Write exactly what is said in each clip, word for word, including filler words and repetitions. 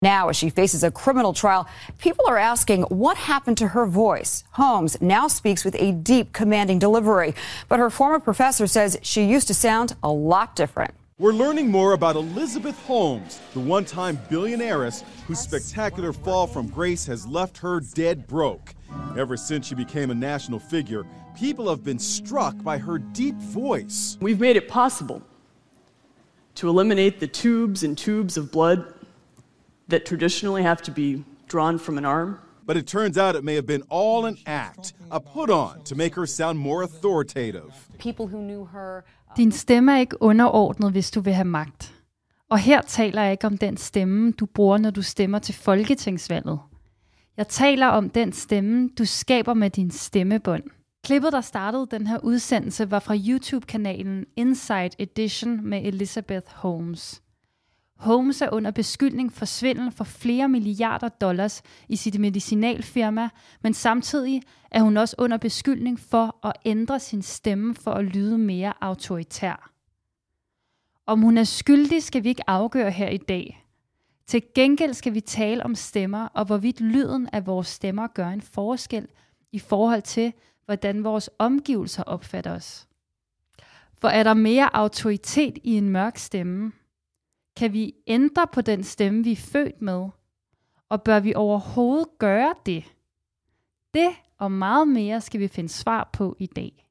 Now, as she faces a criminal trial, people are asking what happened to her voice. Holmes now speaks with a deep, commanding delivery, but her former professor says she used to sound a lot different. We're learning more about Elizabeth Holmes, the one-time billionaireess whose spectacular fall from grace has left her dead broke. Ever since she became a national figure, people have been struck by her deep voice. We've made it possible to eliminate the tubes and tubes of blood that traditionally have to be drawn from an arm. But it turns out it may have been all an act, a put-on to make her sound more authoritative. People who knew her. Din stemme er ikke underordnet, hvis du vil have magt. Og her taler jeg ikke om den stemme, du bruger, når du stemmer til folketingsvalget. Jeg taler om den stemme, du skaber med din stemmebånd. Klippet, der startede den her udsendelse, var fra YouTube-kanalen Inside Edition med Elizabeth Holmes. Holmes er under beskyldning for svindel for flere milliarder dollars i sit medicinalfirma, men samtidig er hun også under beskyldning for at ændre sin stemme for at lyde mere autoritær. Om hun er skyldig, skal vi ikke afgøre her i dag. Til gengæld skal vi tale om stemmer, og hvorvidt lyden af vores stemmer gør en forskel i forhold til, hvordan vores omgivelser opfatter os. For er der mere autoritet i en mørk stemme? Kan vi ændre på den stemme, vi er født med? Og bør vi overhovedet gøre det? Det og meget mere skal vi finde svar på i dag.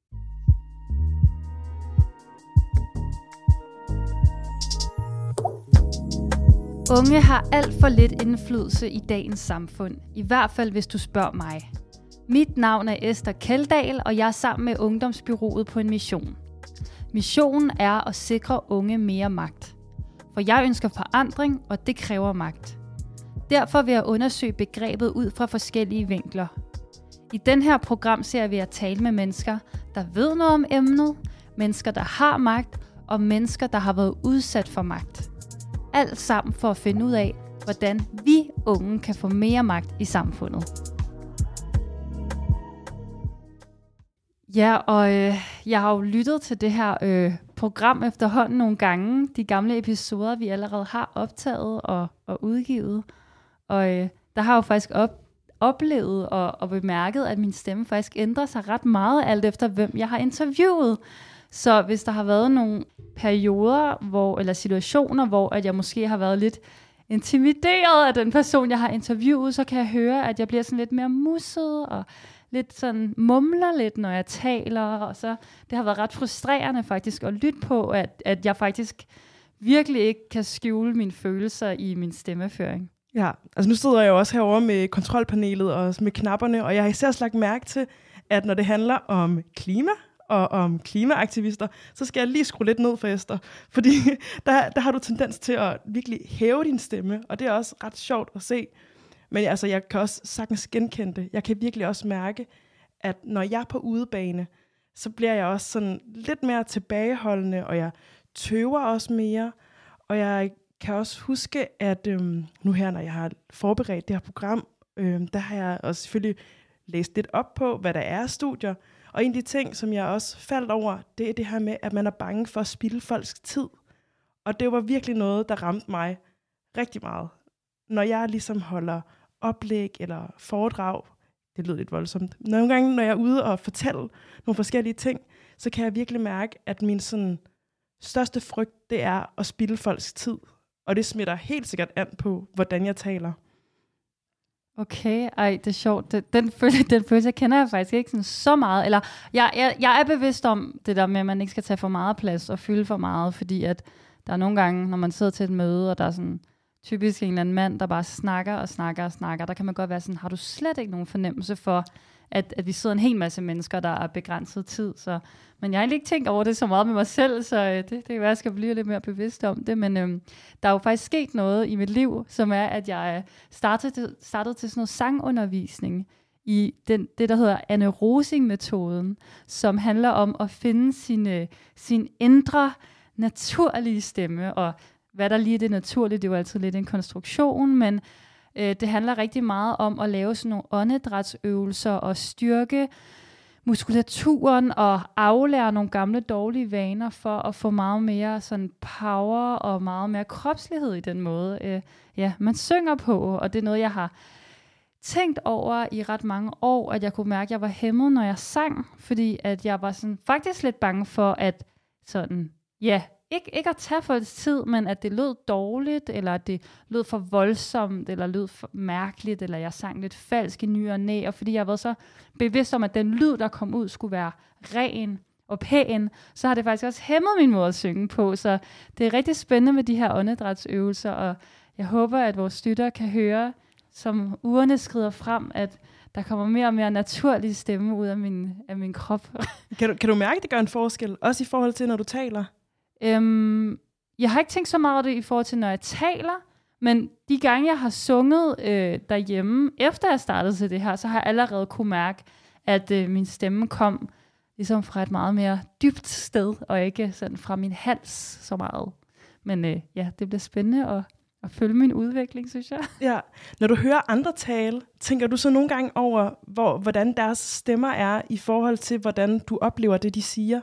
Unge har alt for lidt indflydelse i dagens samfund. I hvert fald, hvis du spørger mig. Mit navn er Esther Kjeldahl, og jeg er sammen med Ungdomsbureauet på en mission. Missionen er at sikre unge mere magt. For jeg ønsker forandring, og det kræver magt. Derfor vil jeg undersøge begrebet ud fra forskellige vinkler. I den her programserie vil jeg tale med mennesker, der ved noget om emnet, mennesker, der har magt, og mennesker, der har været udsat for magt. Alt sammen for at finde ud af, hvordan vi unge kan få mere magt i samfundet. Ja, og øh, jeg har jo lyttet til det her øh, program efterhånden nogle gange. De gamle episoder, vi allerede har optaget og, og udgivet. Og øh, der har jeg jo faktisk op, oplevet og, og bemærket, at min stemme faktisk ændrer sig ret meget, alt efter hvem jeg har interviewet. Så hvis der har været nogle perioder, hvor, eller situationer, hvor at jeg måske har været lidt intimideret af den person, jeg har interviewet, så kan jeg høre, at jeg bliver sådan lidt mere musset og lidt sådan mumler lidt, når jeg taler, og så det har været ret frustrerende faktisk at lytte på, at, at jeg faktisk virkelig ikke kan skjule mine følelser i min stemmeføring. Ja, altså nu sidder jeg jo også herovre med kontrolpanelet og med knapperne, og jeg har især lagt mærke til, at når det handler om klima og om klimaaktivister, så skal jeg lige skrue lidt ned for Esther, fordi der, der har du tendens til at virkelig hæve din stemme, og det er også ret sjovt at se. Men altså, jeg kan også sagtens genkende det. Jeg kan virkelig også mærke, at når jeg er på udebane, så bliver jeg også sådan lidt mere tilbageholdende, og jeg tøver også mere. Og jeg kan også huske, at øhm, nu her, når jeg har forberedt det her program, øhm, der har jeg også selvfølgelig læst lidt op på, hvad der er af studier. Og en af de ting, som jeg også faldt over, det er det her med, at man er bange for at spilde folks tid. Og det var virkelig noget, der ramte mig rigtig meget. Når jeg ligesom holder oplæg eller foredrag, det lyder lidt voldsomt. Nogle gange, når jeg er ude og fortælle nogle forskellige ting, så kan jeg virkelig mærke, at min sådan største frygt, det er at spilde folks tid. Og det smitter helt sikkert an på, hvordan jeg taler. Okay, ej, det er sjovt. Den, den, følelse, den følelse kender jeg faktisk ikke sådan så meget. Eller jeg, jeg, jeg er bevidst om det der med, at man ikke skal tage for meget plads og fylde for meget, fordi at der er nogle gange, når man sidder til et møde, og der er sådan typisk en eller anden mand, der bare snakker og snakker og snakker, der kan man godt være sådan, har du slet ikke nogen fornemmelse for, at, at vi sidder en hel masse mennesker, der er begrænset tid. Så, men jeg har ikke tænkt over det så meget med mig selv, så øh, det, det kan være, at jeg skal blive lidt mere bevidst om det. Men øh, der er jo faktisk sket noget i mit liv, som er, at jeg startede, startede til sådan noget sangundervisning i den, det, der hedder Anne Rosing-metoden, som handler om at finde sin, sin indre naturlige stemme, og hvad der lige er det naturlige, det er jo altid lidt en konstruktion, men øh, det handler rigtig meget om at lave sådan nogle åndedrætsøvelser og styrke muskulaturen og aflære nogle gamle dårlige vaner for at få meget mere sådan power og meget mere kropslighed i den måde, øh, ja, man synger på. Og det er noget, jeg har tænkt over i ret mange år, at jeg kunne mærke, at jeg var hæmmet, når jeg sang, fordi at jeg var sådan faktisk lidt bange for, at sådan, ja, ikke, ikke at tage for tid, men at det lød dårligt, eller at det lød for voldsomt, eller lød for mærkeligt, eller jeg sang lidt falsk i ny og næ, og fordi jeg var så bevidst om, at den lyd, der kom ud, skulle være ren og pæn, så har det faktisk også hæmmet min måde at synge på, så det er rigtig spændende med de her åndedrætsøvelser, og jeg håber, at vores støtter kan høre, som ugerne skrider frem, at der kommer mere og mere naturlig stemme ud af min, af min krop. Kan du, kan du mærke, at det gør en forskel? Også i forhold til, når du taler? Øhm, jeg har ikke tænkt så meget over det i forhold til, når jeg taler, men de gange, jeg har sunget øh, derhjemme, efter jeg startede til det her, så har jeg allerede kunne mærke, at øh, min stemme kom ligesom fra et meget mere dybt sted, og ikke sådan fra min hals så meget. Men øh, ja, det bliver spændende at at følge min udvikling, synes jeg. Ja. Når du hører andre tale, tænker du så nogle gange over, hvor, hvordan deres stemmer er i forhold til, hvordan du oplever det, de siger?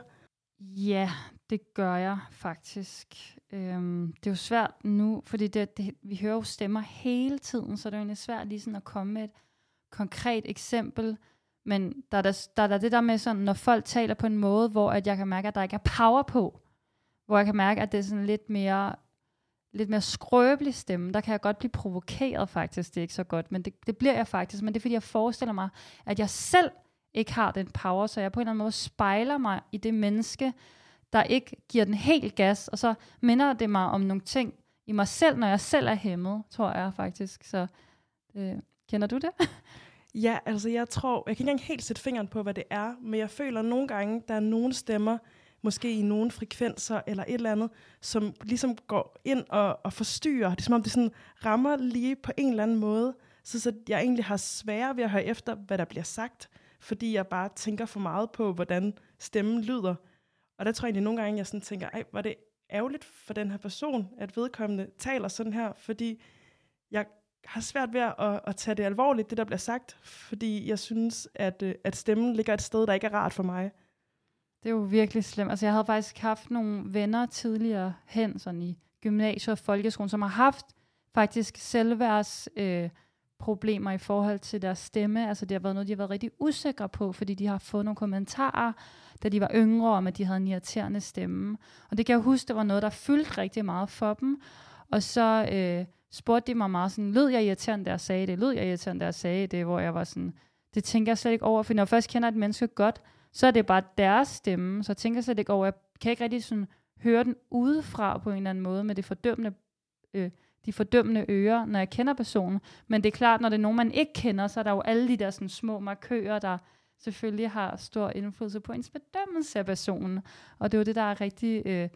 Ja, det gør jeg faktisk. Øhm, det er jo svært nu, fordi det, det, vi hører jo stemmer hele tiden, så det er jo egentlig svært lige sådan at komme med et konkret eksempel. Men der er der, der, der er det der med sådan, når folk taler på en måde, hvor at jeg kan mærke, at der ikke er power på. Hvor jeg kan mærke, at det er sådan lidt mere... lidt mere skrøbelig stemme, der kan jeg godt blive provokeret faktisk, det er ikke så godt, men det, det bliver jeg faktisk, men det er fordi, jeg forestiller mig, at jeg selv ikke har den power, så jeg på en eller anden måde spejler mig i det menneske, der ikke giver den helt gas, og så minder det mig om nogle ting i mig selv, når jeg selv er hæmmet, tror jeg faktisk, så øh, kender du det? Ja, altså jeg tror, jeg kan ikke engang helt sætte fingeren på, hvad det er, men jeg føler nogle gange, der er nogle stemmer, måske i nogle frekvenser eller et eller andet, som ligesom går ind og, og forstyrrer. Det er som om, det sådan rammer lige på en eller anden måde, så, så jeg egentlig har sværere ved at høre efter, hvad der bliver sagt, fordi jeg bare tænker for meget på, hvordan stemmen lyder. Og der tror jeg egentlig nogle gange, jeg sådan tænker, ej, var det ærgerligt for den her person, at vedkommende taler sådan her, fordi jeg har svært ved at, at tage det alvorligt, det der bliver sagt, fordi jeg synes, at, at stemmen ligger et sted, der ikke er rart for mig. Det er jo virkelig slemt. Altså, jeg havde faktisk haft nogle venner tidligere hen, sådan i gymnasiet og folkeskolen, som har haft faktisk selvværds øh, problemer i forhold til deres stemme. Altså, det har været noget, de har været rigtig usikre på, fordi de har fået nogle kommentarer, da de var yngre, om at de havde en irriterende stemme. Og det kan jeg huske, det var noget, der fyldte rigtig meget for dem. Og så øh, spurgte de mig meget sådan, lød jeg irriterende, da jeg sagde det? Lød jeg irriterende, da jeg sagde det? Hvor jeg var sådan, det tænker jeg slet ikke over, for når jeg først kender et menneske godt, så er det bare deres stemme, så jeg tænker slet ikke over, jeg kan ikke rigtig sådan høre den udefra på en eller anden måde, med det fordømmende, øh, de fordømmende ører, når jeg kender personen. Men det er klart, når det er nogen, man ikke kender, så er der jo alle de der sådan små markører, der selvfølgelig har stor indflydelse på ens bedømmelse af personen. Og det er jo det, der er rigtig, øh,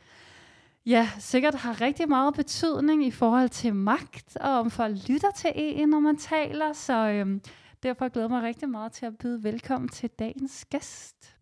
ja, sikkert har rigtig meget betydning i forhold til magt, og om folk lytter til en, når man taler, så... Øh, Derfor glæder jeg mig rigtig meget til at byde velkommen til dagens gæst.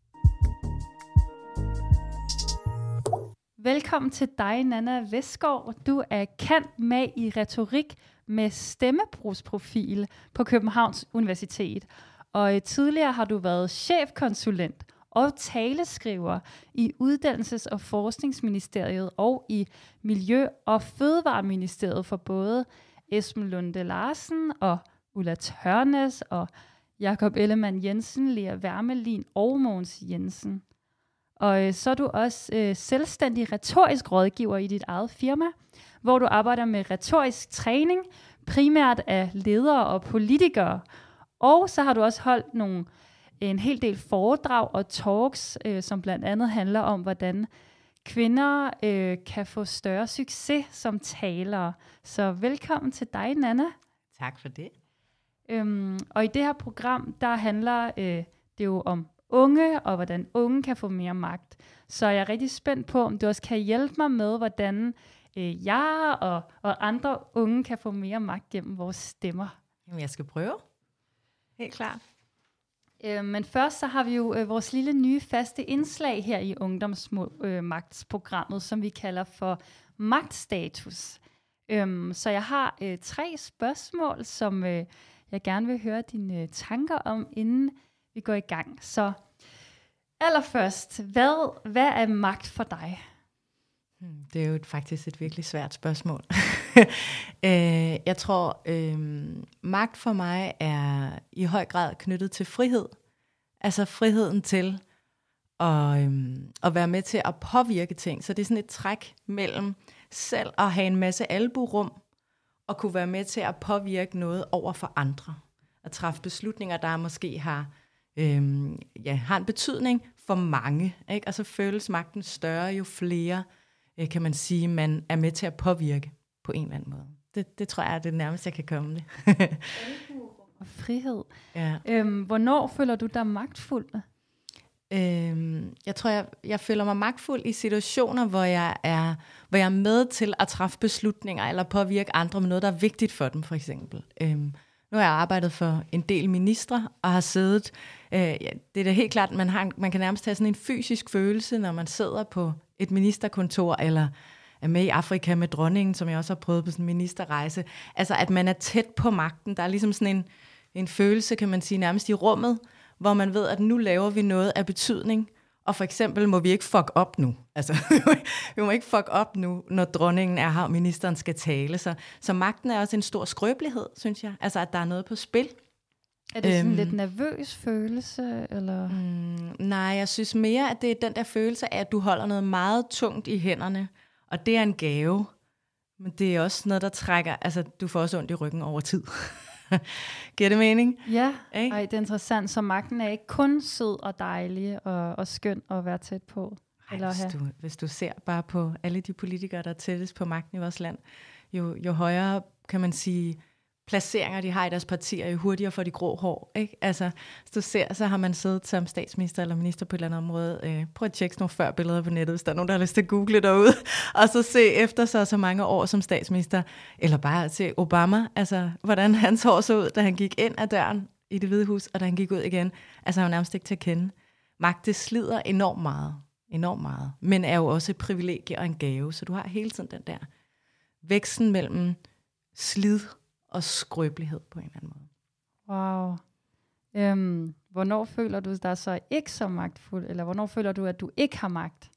Velkommen til dig, Nanna Vestgaard. Du er kendt med i retorik med stemmebrugsprofil på Københavns Universitet. Og tidligere har du været chefkonsulent og taleskriver i Uddannelses- og Forskningsministeriet og i Miljø- og Fødevareministeriet for både Esben Lunde Larsen og Ulla Tørnes og Jakob Ellemann Jensen, Lea Wermelin og Mogens Jensen. Og øh, så er du også øh, selvstændig retorisk rådgiver i dit eget firma, hvor du arbejder med retorisk træning, primært af ledere og politikere. Og så har du også holdt nogle, en hel del foredrag og talks, øh, som blandt andet handler om, hvordan kvinder øh, kan få større succes som talere. Så velkommen til dig, Nanna. Tak for det. Øhm, og i det her program, der handler øh, det jo om unge, og hvordan unge kan få mere magt. Så jeg er rigtig spændt på, om du også kan hjælpe mig med, hvordan øh, jeg og, og andre unge kan få mere magt gennem vores stemmer. Jamen, jeg skal prøve. Helt klart. Øh, men først så har vi jo øh, vores lille nye faste indslag her i ungdomsmagtsprogrammet, øh, som vi kalder for magtstatus. Øhm, så jeg har øh, tre spørgsmål, som øh, jeg gerne vil høre dine øh, tanker om, inden vi går i gang. Så allerførst, hvad, hvad er magt for dig? Det er jo et, faktisk et virkelig svært spørgsmål. øh, jeg tror, øh, magt for mig er i høj grad knyttet til frihed. Altså friheden til at, øh, at være med til at påvirke ting. Så det er sådan et træk mellem selv at have en masse albuerum, og kunne være med til at påvirke noget over for andre. At træffe beslutninger, der måske har, øh, ja, har en betydning for mange. Ikke? Og så føles magten større, jo flere kan man sige, man er med til at påvirke på en eller anden måde. Det, det tror jeg er det nærmeste, jeg kan komme det. Og frihed. Ja. Øhm, hvornår føler du dig magtfuld? Øhm, jeg tror, jeg, jeg føler mig magtfuld i situationer, hvor jeg, er, hvor jeg er med til at træffe beslutninger, eller påvirke andre med noget, der er vigtigt for dem, for eksempel. Øhm, nu har jeg arbejdet for en del ministre, og har siddet, øh, ja, det er da helt klart, man, har, man kan nærmest have sådan en fysisk følelse, når man sidder på et ministerkontor, eller er med i Afrika med dronningen, som jeg også har prøvet på sådan en ministerrejse. Altså, at man er tæt på magten. Der er ligesom sådan en, en følelse, kan man sige, nærmest i rummet, hvor man ved, at nu laver vi noget af betydning, og for eksempel må vi ikke fuck op nu. Altså, vi må ikke fuck op nu, når dronningen er her, og ministeren skal tale. Så, så magten er også en stor skrøbelighed, synes jeg. Altså, at der er noget på spil. Er det sådan en Øhm, lidt nervøs følelse? Eller? Mm, nej, jeg synes mere, at det er den der følelse af, at du holder noget meget tungt i hænderne, og det er en gave, men det er også noget, der trækker, altså du får også ondt i ryggen over tid. Giver det mening? Ja, Ikke? ej, det er interessant. Så magten er ikke kun sød og dejlig og, og skøn at være tæt på. Ej, Eller hvis, have. du, hvis du ser bare på alle de politikere, der er tættest på magten i vores land, jo, jo højere, kan man sige, placeringer, de har i deres partier, jo hurtigere får de grå hår. Ikke? Altså, hvis du ser, så har man siddet som statsminister eller minister på et eller andet område. Øh, prøv at tjekke nogle før billeder på nettet, hvis der er nogen, der har lyst til at google derude. Og så se efter så så mange år som statsminister, eller bare se Obama, altså hvordan hans hår så ud, da han gik ind ad døren i Det Hvide Hus, og da han gik ud igen. Altså han var nærmest ikke til at kende. Magt, det slider enormt meget. Enormt meget. Men er jo også et privilegie og en gave. Så du har hele tiden den der væksten mellem slid og skrøbelighed på en eller anden måde. Wow. Øhm, hvornår føler du dig så ikke så magtfuld, eller hvornår føler du, at du ikke har magt?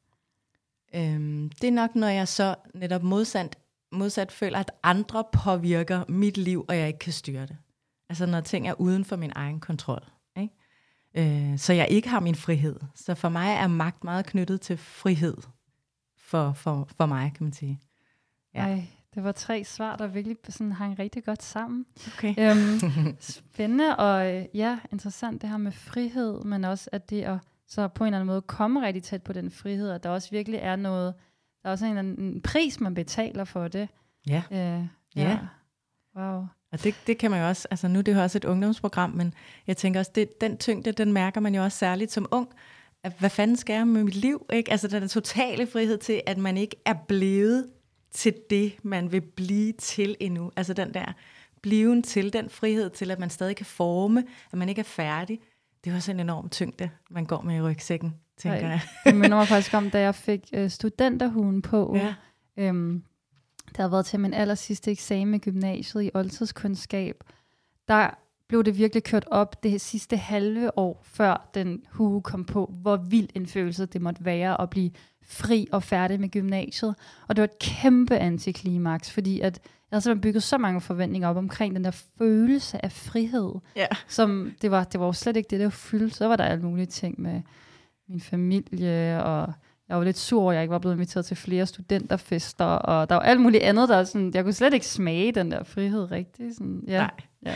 Øhm, det er nok, når jeg så netop modsat, modsat føler, at andre påvirker mit liv, og jeg ikke kan styre det. Altså når ting er uden for min egen kontrol. Ikke? Øh, så jeg ikke har min frihed. Så for mig er magt meget knyttet til frihed. For, for, for mig, kan man sige. Ja. Ej, det var tre svar, der virkelig sådan hang rigtig godt sammen. Okay. Øhm, spændende og øh, ja, interessant det her med frihed, men også at det at så på en eller anden måde komme rigtig tæt på den frihed, og der også virkelig er noget, der er også en, en pris, man betaler for det. Ja. Øh, ja. Ja. Wow. Og det, det kan man jo også, altså nu er det jo også et ungdomsprogram, men jeg tænker også, det, den tyngde, den mærker man jo også særligt som ung. At, hvad fanden skal jeg med mit liv? Ikke? Altså den totale frihed til, at man ikke er blevet til det, man vil blive til endnu. Altså den der bliven til, den frihed til, at man stadig kan forme, at man ikke er færdig. Det er også en enorm tyngde, man går med i rygsækken, tænker Ej, jeg. Det minder mig faktisk om, da jeg fik øh, studenterhuen på. Ja. Øhm, der havde været til min aller sidste eksamen i gymnasiet i oldtidskundskab. Der blev det virkelig kørt op det sidste halve år, før den hue kom på, hvor vild en følelse det måtte være at blive fri og færdig med gymnasiet. Og det var et kæmpe antiklimaks, fordi at jeg havde simpelthen bygget så mange forventninger op omkring den der følelse af frihed, Ja. som det var, det var jo slet ikke det, der fyldte. Så var der alle mulige ting med min familie, og jeg var lidt sur over, at jeg ikke var blevet inviteret til flere studenterfester, og der var alt muligt andet, der sådan, jeg kunne slet ikke smage den der frihed rigtigt. Sådan, ja, Nej. Ja.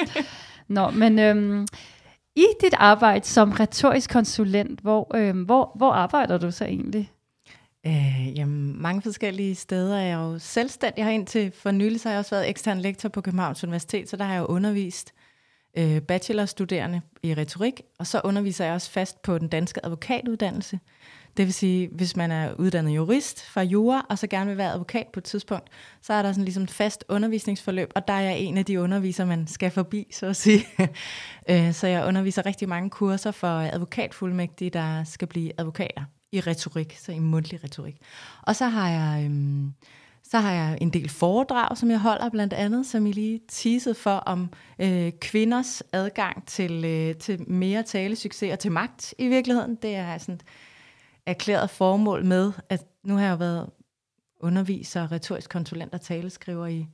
Nå, men øhm, i dit arbejde som retorisk konsulent, hvor, øhm, hvor, hvor arbejder du så egentlig? Øh, jamen, mange forskellige steder er jeg jo selvstændig. Jeg har indtil for nylig, så har jeg også været ekstern lektor på Københavns Universitet, så der har jeg jo undervist øh, bachelorstuderende i retorik, og så underviser jeg også fast på den danske advokatuddannelse. Det vil sige, hvis man er uddannet jurist fra jura, og så gerne vil være advokat på et tidspunkt, så er der sådan ligesom fast undervisningsforløb, og der er jeg en af de undervisere, man skal forbi, så at sige. Så jeg underviser rigtig mange kurser for advokatfuldmægtige, der skal blive advokater i retorik, så i mundtlig retorik. Og så har jeg, øhm, Så har jeg en del foredrag, som jeg holder blandt andet, som I lige teasede for, om øh, kvinders adgang til, øh, til mere talesucces og til magt i virkeligheden. Det er sådan et erklæret formål med, at nu har jeg været underviser, retorisk konsulent og taleskriver i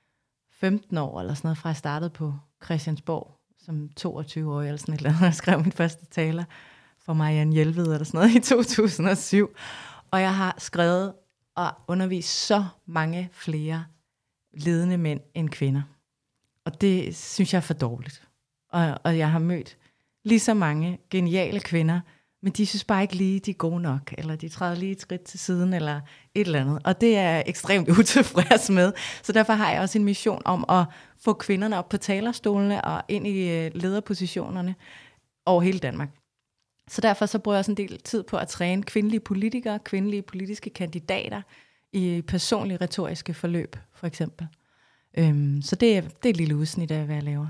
femten år, eller sådan noget, fra jeg startede på Christiansborg som toogtyve-årig, eller sådan et eller andet. Jeg skrev min første taler for Marianne Jelved, eller sådan noget, i to tusind og syv. Og jeg har skrevet og undervist så mange flere ledende mænd end kvinder. Og det synes jeg er for dårligt. Og, og jeg har mødt lige så mange geniale kvinder, men de synes bare ikke lige, de er gode nok, eller de træder lige et skridt til siden, eller et eller andet. Og det er jeg ekstremt utilfreds med. Så derfor har jeg også en mission om at få kvinderne op på talerstolene og ind i lederpositionerne over hele Danmark. Så derfor så bruger jeg også en del tid på at træne kvindelige politikere, kvindelige politiske kandidater i personlige retoriske forløb, for eksempel. Øhm, så det er, det er et lille udsnit af, hvad jeg laver.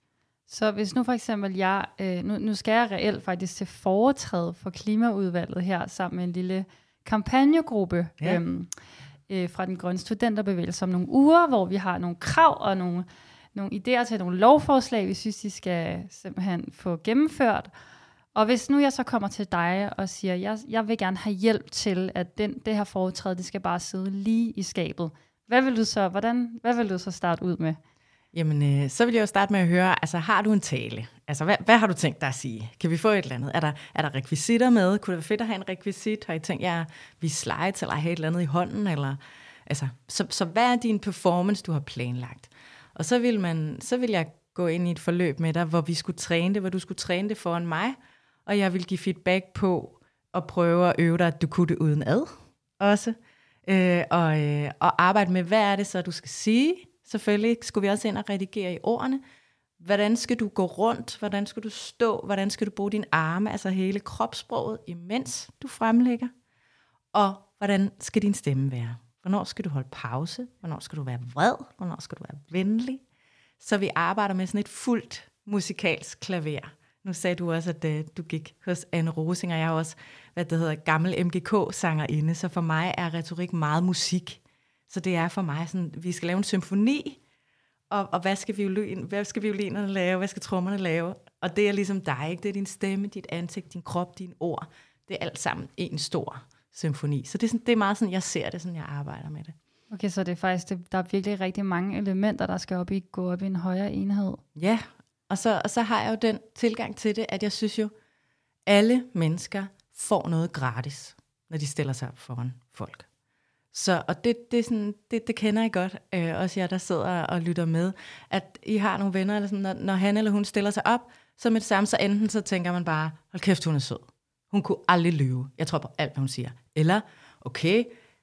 Så hvis nu for eksempel jeg, øh, nu, nu skal jeg reelt faktisk til foretræde for klimaudvalget her, sammen med en lille kampagnegruppe ja. øhm, øh, fra den grønne studenterbevægelse om nogle uger, hvor vi har nogle krav og nogle, nogle idéer til nogle lovforslag, vi synes, de skal simpelthen få gennemført. Og hvis nu jeg så kommer til dig og siger, jeg, jeg vil gerne have hjælp til, at den, det her foretræde, det skal bare sidde lige i skabet. Hvad vil du så, hvordan, hvad vil du så starte ud med? Jamen, øh, så vil jeg jo starte med at høre, altså har du en tale? Altså, hvad, hvad har du tænkt dig at sige? Kan vi få et eller andet? Er der, er der rekvisitter med? Kunne det være fedt at have en rekvisit? Har I tænkt jer at vise slides, eller have et eller andet i hånden? Eller, altså, så, så hvad er din performance, du har planlagt? Og så vil, man, så vil jeg gå ind i et forløb med dig, hvor vi skulle træne det, hvor du skulle træne det foran mig, og jeg vil give feedback på og prøve at øve dig, at du kunne det uden ad også. Øh, og, øh, og arbejde med, hvad er det så, du skal sige? Selvfølgelig skulle vi også ind og redigere i ordene. Hvordan skal du gå rundt? Hvordan skal du stå? Hvordan skal du bruge dine arme? Altså hele kropssproget, imens du fremlægger. Og hvordan skal din stemme være? Hvornår skal du holde pause? Hvornår skal du være vred? Hvornår skal du være venlig? Så vi arbejder med sådan et fuldt musikalsk klaver. Nu sagde du også, at uh, du gik hos Anne Rosing, og jeg er også, hvad det hedder, gammel M G K-sangerinde. Så for mig er retorik meget musik. Så det er for mig sådan, vi skal lave en symfoni, og, og hvad skal violin, hvad skal violinerne lave, hvad skal trommerne lave? Og det er ligesom dig, ikke? Det er din stemme, dit ansigt, din krop, dine ord. Det er alt sammen en stor symfoni. Så det er, sådan, det er meget sådan, jeg ser det, sådan jeg arbejder med det. Okay, så det er faktisk, det, der er virkelig rigtig mange elementer, der skal op i, gå op i en højere enhed. Ja, og så, og så har jeg jo den tilgang til det, at jeg synes jo, alle mennesker får noget gratis, når de stiller sig op foran folk. Så, og det, det, er sådan, det, det kender I godt, øh, også jer, der sidder og lytter med, at I har nogle venner, eller sådan, når, når han eller hun stiller sig op, så med det samme, så enten så tænker man bare, hold kæft, hun er sød. Hun kunne aldrig lyve. Jeg tror på alt, hvad hun siger. Eller, okay,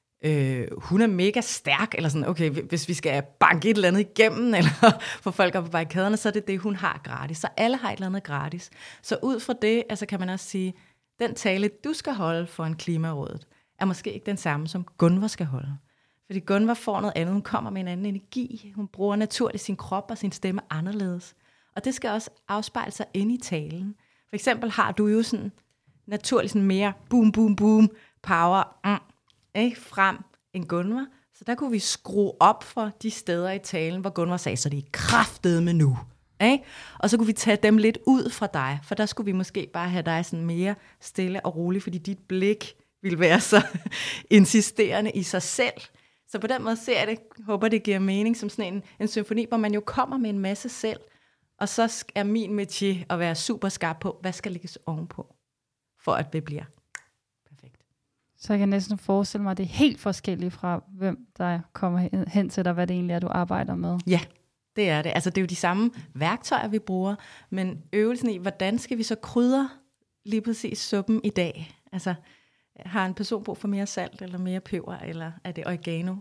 øh, hun er mega stærk, eller sådan, okay, hvis vi skal banke et eller andet igennem, eller få folk op på barrikaderne, så er det det, hun har gratis. Så alle har et eller andet gratis. Så ud fra det, altså kan man også sige, den tale, du skal holde for en Klimarådet, er måske ikke den samme, som Gunvor skal holde. Fordi Gunvor får noget andet. Hun kommer med en anden energi. Hun bruger naturligt sin krop og sin stemme anderledes. Og det skal også afspejle sig inde i talen. For eksempel har du jo sådan naturligt sådan mere boom, boom, boom, power mm, ikke, frem end Gunvor. Så der kunne vi skrue op for de steder i talen, hvor Gunvor sagde, så det er kraftedeme nu. Ikke? Og så kunne vi tage dem lidt ud fra dig, for der skulle vi måske bare have dig sådan mere stille og rolig, fordi dit blik vil være så insisterende i sig selv. Så på den måde ser jeg det, håber det giver mening, som sådan en, en symfoni, hvor man jo kommer med en masse selv, og så er min métier at være super skarp på, hvad skal lægges ovenpå, for at det bliver perfekt. Så jeg kan næsten forestille mig, at det er helt forskelligt fra, hvem der kommer hen til dig, hvad det egentlig er, du arbejder med. Ja, det er det. Altså det er jo de samme værktøjer, vi bruger, men øvelsen i, hvordan skal vi så krydre lige præcis suppen i dag? Altså, har en person brug for mere salt, eller mere peber, eller er det oregano,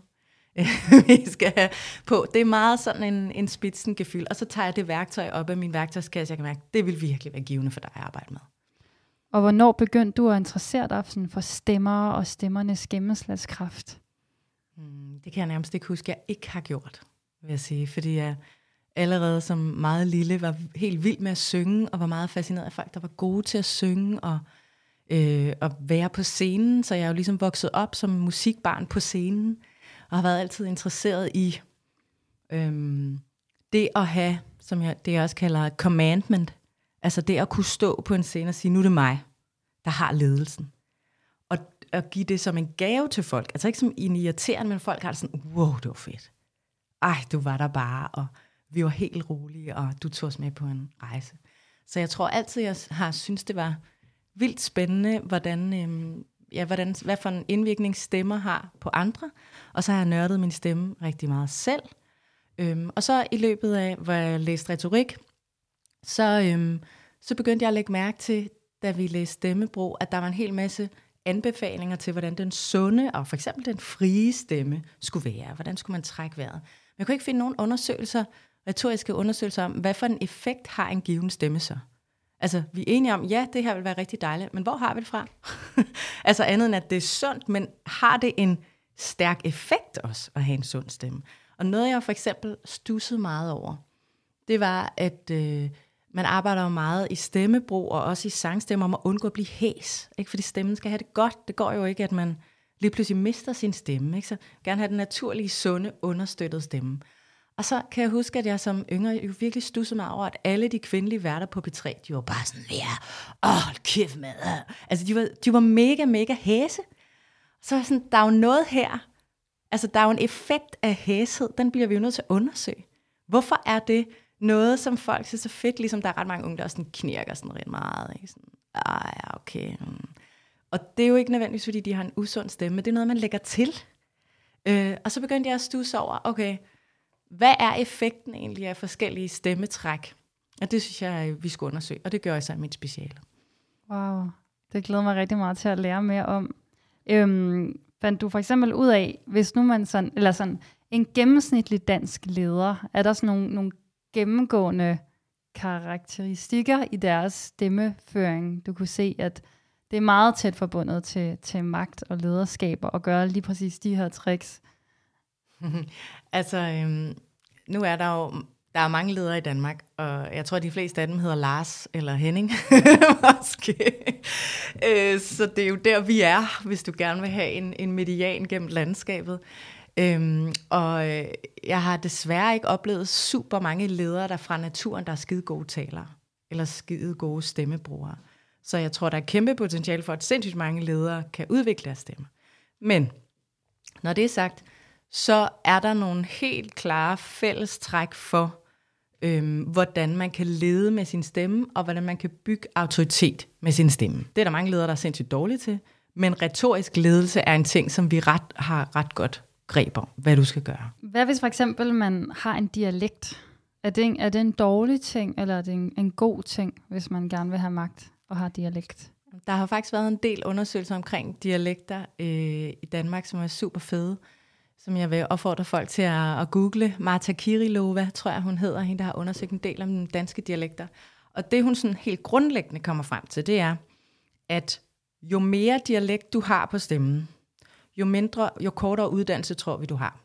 vi skal have på? Det er meget sådan en, en spidsengefyld, og så tager jeg det værktøj op af min værktøjskasse, jeg kan mærke, det vil virkelig være givende for dig at arbejde med. Og hvornår begyndte du at interessere dig for stemmer og stemmernes gennemslagskraft? Hmm, det kan jeg nærmest ikke huske, jeg ikke har gjort, vil jeg sige, fordi jeg allerede som meget lille var helt vild med at synge, og var meget fascineret af folk, der var gode til at synge, og Øh, at være på scenen, så jeg er jo ligesom vokset op som musikbarn på scenen, og har været altid interesseret i øhm, det at have, som jeg, det jeg også kalder commandment, altså det at kunne stå på en scene og sige, nu er det mig, der har ledelsen. Og at give det som en gave til folk, altså ikke som en irriterende, men folk har det sådan, wow, det var fedt. Ej, du var der bare, og vi var helt rolige, og du tog os med på en rejse. Så jeg tror altid, jeg har synes det var vildt spændende, hvordan, øhm, ja, hvordan, hvad for en indvirkning stemmer har på andre. Og så har jeg nørdet min stemme rigtig meget selv. Øhm, og så i løbet af, hvor jeg læste retorik, så, øhm, så begyndte jeg at lægge mærke til, da vi læste stemmebrug, at der var en hel masse anbefalinger til, hvordan den sunde og for eksempel den frie stemme skulle være. Hvordan skulle man trække vejret. Men jeg kunne ikke finde nogen undersøgelser, retoriske undersøgelser om, hvad for en effekt har en given stemme så. Altså, vi er enige om, ja, det her vil være rigtig dejligt, men hvor har vi det fra? Altså andet end, at det er sundt, men har det en stærk effekt også at have en sund stemme? Og noget, jeg for eksempel stussede meget over, det var, at øh, man arbejder jo meget i stemmebrug, og også i sangstemmer, om at undgå at blive hæs. Ikke? Fordi stemmen skal have det godt. Det går jo ikke, at man lige pludselig mister sin stemme. Ikke? Så gerne have den naturlige, sunde, understøttede stemme. Og så kan jeg huske, at jeg som yngre jo virkelig stussede mig over, at alle de kvindelige værter på P tre, de var bare sådan, ja, åh, kæft med. Altså, de var, de var mega, mega hæse. Så var jeg sådan, der er jo noget her. Altså, der er jo en effekt af hæshed, den bliver vi jo nødt til at undersøge. Hvorfor er det noget, som folk synes er fedt, ligesom der er ret mange unge, der også sådan knirker sådan ret meget. Ikke? Sådan, ah, ja, okay. Og det er jo ikke nødvendigvis, fordi de har en usund stemme, det er noget, man lægger til. Øh, og så begyndte jeg at stusse over, okay, hvad er effekten egentlig af forskellige stemmetræk? Og det synes jeg, vi skulle undersøge, og det gør jeg så i mit speciale. Wow, det glæder mig rigtig meget til at lære mere om. Øhm, fandt du for eksempel ud af, hvis nu man sådan, eller sådan, en gennemsnitlig dansk leder, er der sådan nogle, nogle gennemgående karakteristikker i deres stemmeføring? Du kunne se, at det er meget tæt forbundet til, til magt og lederskaber, og gøre lige præcis de her tricks. Altså, øhm, nu er der jo der er mange ledere i Danmark, og jeg tror, at de fleste af dem hedder Lars eller Henning, måske. Øh, så det er jo der, vi er, hvis du gerne vil have en, en median gennem landskabet. Øhm, og øh, jeg har desværre ikke oplevet super mange ledere, der fra naturen, der er skide gode talere, eller skide gode stemmebrugere. Så jeg tror, der er kæmpe potentiale for, at sindssygt mange ledere kan udvikle deres stemme. Men når det er sagt, så er der nogle helt klare fællestræk for, øhm, hvordan man kan lede med sin stemme, og hvordan man kan bygge autoritet med sin stemme. Det er der mange ledere, der er sindssygt dårlige til, men retorisk ledelse er en ting, som vi ret, har ret godt greb om, hvad du skal gøre. Hvad hvis for eksempel man har en dialekt? Er det en, er det en dårlig ting, eller er det en, en god ting, hvis man gerne vil have magt og har dialekt? Der har faktisk været en del undersøgelser omkring dialekter øh, i Danmark, som er super fede, som jeg vil opfordre folk til at, at google. Marta Kirilova, tror jeg, hun hedder, hende, der har undersøgt en del om danske dialekter. Og det, hun sådan helt grundlæggende kommer frem til, det er, at jo mere dialekt du har på stemmen, jo mindre, jo kortere uddannelse tror vi, du har.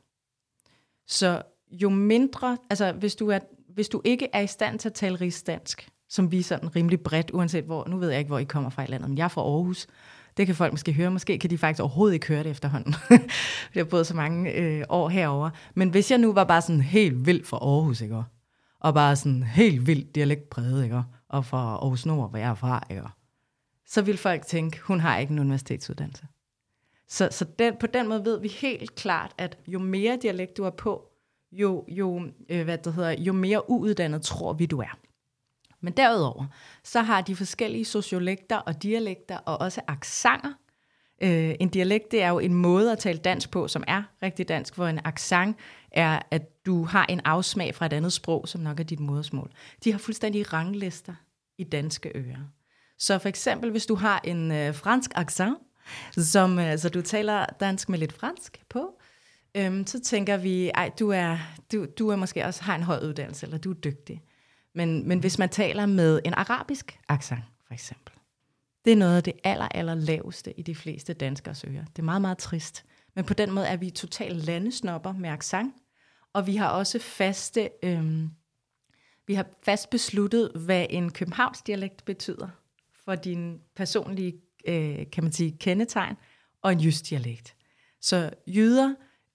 Så jo mindre, altså hvis du, er, hvis du ikke er i stand til at tale rigsdansk, som vi sådan rimelig bredt, uanset hvor, nu ved jeg ikke, hvor I kommer fra i landet, men jeg er fra Aarhus. Det kan folk måske høre, måske kan de faktisk overhovedet ikke høre det efterhånden. Det har boet så mange øh, år herover. Men hvis jeg nu var bare sådan helt vild fra Aarhus, ikke? Og bare sådan helt vildt dialektpræget, ikke? Og fra Aarhus Nord, hvor jeg er fra, ikke? Så vil folk tænke, hun har ikke en universitetsuddannelse. Så, så den, på den måde ved vi helt klart, at jo mere dialekt du er på, jo, jo, øh, hvad det hedder, jo mere uuddannet tror vi, du er. Men derudover, så har de forskellige sociolekter og dialekter og også accenter. Øh, en dialekt, det er jo en måde at tale dansk på, som er rigtig dansk, hvor en accent er, at du har en afsmag fra et andet sprog, som nok er dit modersmål. De har fuldstændig ranglister i danske ører. Så for eksempel, hvis du har en øh, fransk accent, som øh, så du taler dansk med lidt fransk på, øhm, så tænker vi, ej, du er, du, du er måske også har en høj uddannelse, eller du er dygtig. Men, men hvis man taler med en arabisk accent, for eksempel, det er noget af det aller, aller laveste i de fleste danskers ører. Det er meget, meget trist. Men på den måde er vi totalt landesnopper med accent, og vi har også faste, øhm, vi har fast besluttet, hvad en københavns dialekt betyder for din personlige, øh, kan man sige, kendetegn, og en jysk dialekt. Så jyder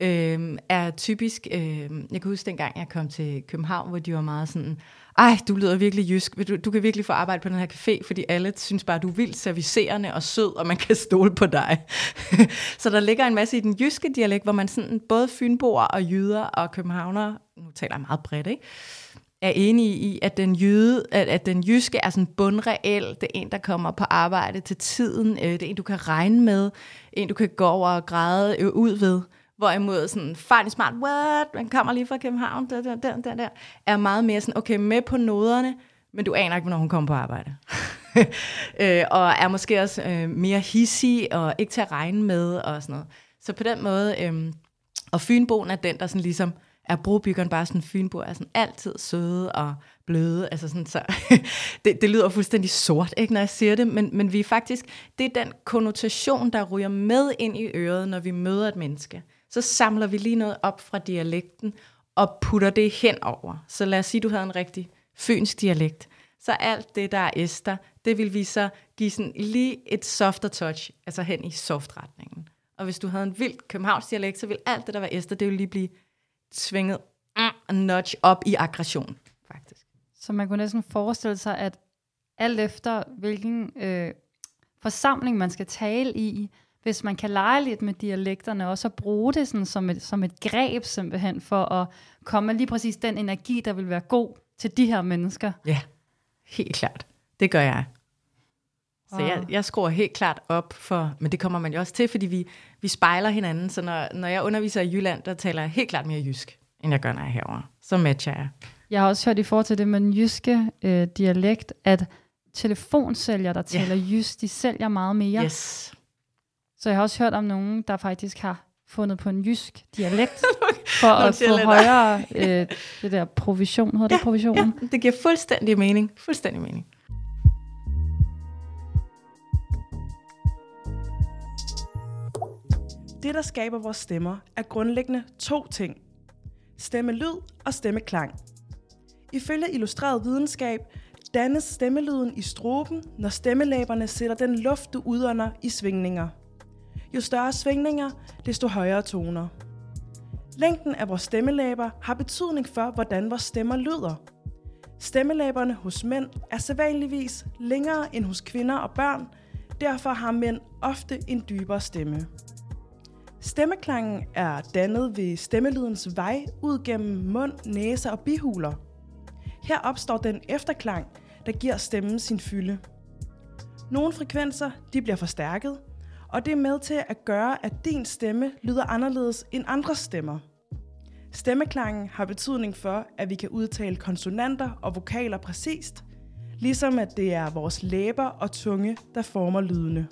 øh, er typisk, øh, jeg kan huske dengang, jeg kom til København, hvor de var meget sådan, ej, du lyder virkelig jysk, du, du kan virkelig få arbejde på den her café, fordi alle synes bare, du er vildt servicerende og sød, og man kan stole på dig. Så der ligger en masse i den jyske dialekt, hvor man sådan, både fynboer og jyder og københavnere, nu taler jeg meget bredt, ikke? Er enige i, at den, jyde, at, at den jyske er sådan bundreel. Det er en, der kommer på arbejde til tiden. Det er en, du kan regne med. En, du kan gå over og græde ud ved. Hvorimod sådan, farlig smart, what? Man kommer lige fra København, der, der, der, der, der. Er meget mere sådan, okay, med på noderne, men du aner ikke, hvornår hun kommer på arbejde. øh, og er måske også øh, mere hissig og ikke til at regne med og sådan noget. Så på den måde, øh, og fynboen er den, der sådan ligesom er brobyggeren bare sådan, fynbo er sådan altid søde og bløde, altså sådan, så det, det lyder fuldstændig sort, ikke, når jeg siger det, men, men vi er faktisk, det er den konnotation, der ryger med ind i øret, når vi møder et menneske. Så samler vi lige noget op fra dialekten, og putter det henover. Så lad os sige, du havde en rigtig fynsk dialekt. Så alt det, der er ester, det vil vi så give sådan lige et softer touch, altså hen i softretningen. Og hvis du havde en vild københavns dialekt, så vil alt det, der var ester, det vil lige blive svinget en notch op i aggression, faktisk. Så man kunne næsten forestille sig, at alt efter hvilken øh, forsamling man skal tale i, hvis man kan lege lidt med dialekterne, og så bruge det sådan som, et, som et greb simpelthen, for at komme med lige præcis den energi, der vil være god til de her mennesker. Ja, helt klart. Det gør jeg. Så jeg, jeg skruer helt klart op for, men det kommer man jo også til, fordi vi, vi spejler hinanden, så når, når jeg underviser i Jylland, der taler jeg helt klart mere jysk, end jeg gør, når jeg er herovre. Så matcher jeg. Jeg har også hørt i forhold til det med den jyske øh, dialekt, at telefonsælgere, der taler yeah. jysk, de sælger meget mere. Yes. Så jeg har også hørt om nogen, der faktisk har fundet på en jysk dialekt, for at få højere øh, det der provision, hedder ja, det provisionen? Ja, det giver fuldstændig mening. Fuldstændig mening. Det, der skaber vores stemmer, er grundlæggende to ting. Stemmelyd og stemmeklang. Ifølge illustreret videnskab dannes stemmelyden i stroben, når stemmelæberne sætter den luft, du udånder, i svingninger. Jo større svingninger, desto højere toner. Længden af vores stemmelæber har betydning for, hvordan vores stemmer lyder. Stemmelæberne hos mænd er sædvanligvis længere end hos kvinder og børn, derfor har mænd ofte en dybere stemme. Stemmeklangen er dannet ved stemmelydens vej ud gennem mund, næse og bihuler. Her opstår den efterklang, der giver stemmen sin fylde. Nogle frekvenser de bliver forstærket, og det er med til at gøre, at din stemme lyder anderledes end andres stemmer. Stemmeklangen har betydning for, at vi kan udtale konsonanter og vokaler præcist, ligesom at det er vores læber og tunge, der former lydene.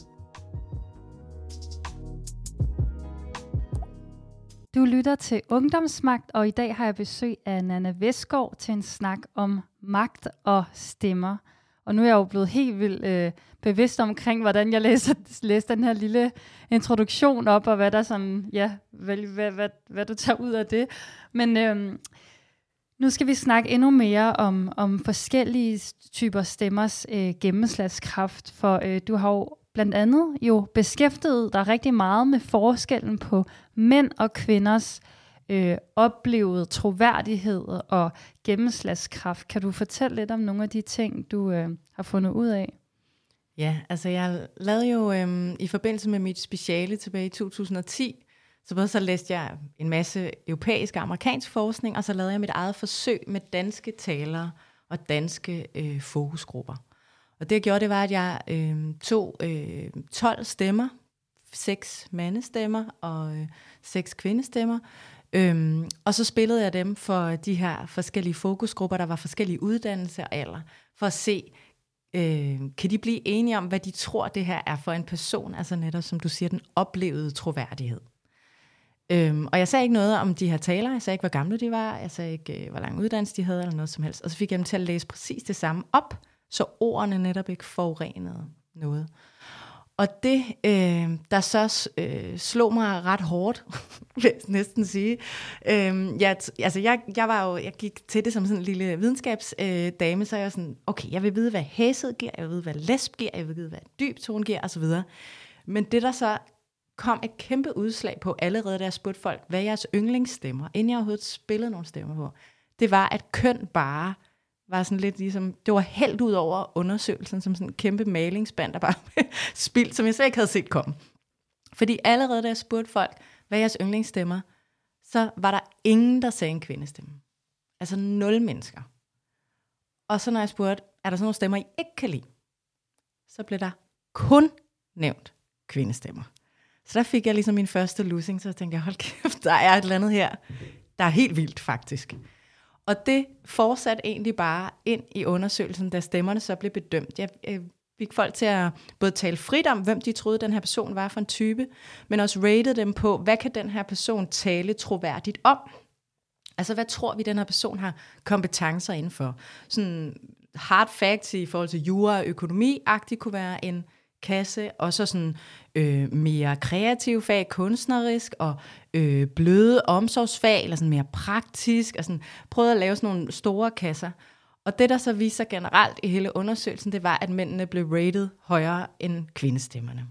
Du lytter til Ungdomsmagt, og i dag har jeg besøg af Nanna Vestgaard til en snak om magt og stemmer. Og nu er jeg jo blevet helt vildt øh, bevidst omkring, hvordan jeg læser, læser den her lille introduktion op, og hvad der sådan, ja, hvad, hvad, hvad, hvad du tager ud af det. Men øh, nu skal vi snakke endnu mere om, om forskellige typer stemmers øh, gennemslagskraft, for øh, du har jo blandt andet jo beskæftiget dig rigtig meget med forskellen på mænd og kvinders øh, oplevede troværdighed og gennemslagskraft. Kan du fortælle lidt om nogle af de ting, du øh, har fundet ud af? Ja, altså jeg lavede jo øh, i forbindelse med mit speciale tilbage i to tusind og ti, så både så læste jeg en masse europæisk og amerikansk forskning, og så lavede jeg mit eget forsøg med danske talere og danske øh, fokusgrupper. Og det jeg gjorde, det var, at jeg øh, tog øh, tolv stemmer, seks mandestemmer og øh, seks kvindestemmer, øhm, og så spillede jeg dem for de her forskellige fokusgrupper, der var forskellige uddannelser og alder, for at se, øh, kan de blive enige om, hvad de tror, det her er for en person, altså netop, som du siger, den oplevede troværdighed. Øhm, og jeg sagde ikke noget om de her talere, jeg sagde ikke, hvor gamle de var, jeg sagde ikke, hvor lang uddannelse de havde, eller noget som helst, og så fik jeg dem til at læse præcis det samme op, så ordene netop ikke forurenede noget. Og det, øh, der så øh, slog mig ret hårdt, vil jeg næsten sige. Øh, jeg, altså jeg, jeg, var jo, jeg gik til det som sådan en lille videnskabsdame, øh, så jeg var sådan, okay, jeg vil vide, hvad hæshed giver, jeg vil vide, hvad læsp giver, jeg vil vide, hvad dyb tone giver, osv. Men det, der så kom et kæmpe udslag på allerede, da jeg spurgte folk, hvad er jeres yndlingsstemmer, inden jeg overhovedet spillede nogle stemmer på. Det var, at køn bare var sådan lidt ligesom, det var hældt ud over undersøgelsen, som sådan en kæmpe malingsband, der bare spildt, som jeg slet ikke havde set komme. Fordi allerede da jeg spurgte folk, hvad er jeres yndlingsstemmer, så var der ingen, der sagde en kvindestemme. Altså nul mennesker. Og så når jeg spurgte, er der sådan nogle stemmer, I ikke kan lide? Så blev der kun nævnt kvindestemmer. Så der fik jeg ligesom min første losing, så tænkte jeg, hold kæft, der er et eller andet her, der er helt vildt faktisk. Og det fortsatte egentlig bare ind i undersøgelsen, da stemmerne så blev bedømt. Jeg, jeg fik folk til at både tale frit om, hvem de troede, den her person var for en type, men også rated dem på, hvad kan den her person tale troværdigt om? Altså, hvad tror vi, den her person har kompetencer indenfor? Sådan hard facts i forhold til jura og økonomi-agtigt kunne være en kasse, og så sådan øh, mere kreative fag, kunstnerisk, og øh, bløde omsorgsfag, eller sådan mere praktisk, og sådan prøvede at lave sådan nogle store kasser. Og det, der så viste sig generelt i hele undersøgelsen, det var, at mændene blev rated højere end kvindestemmerne.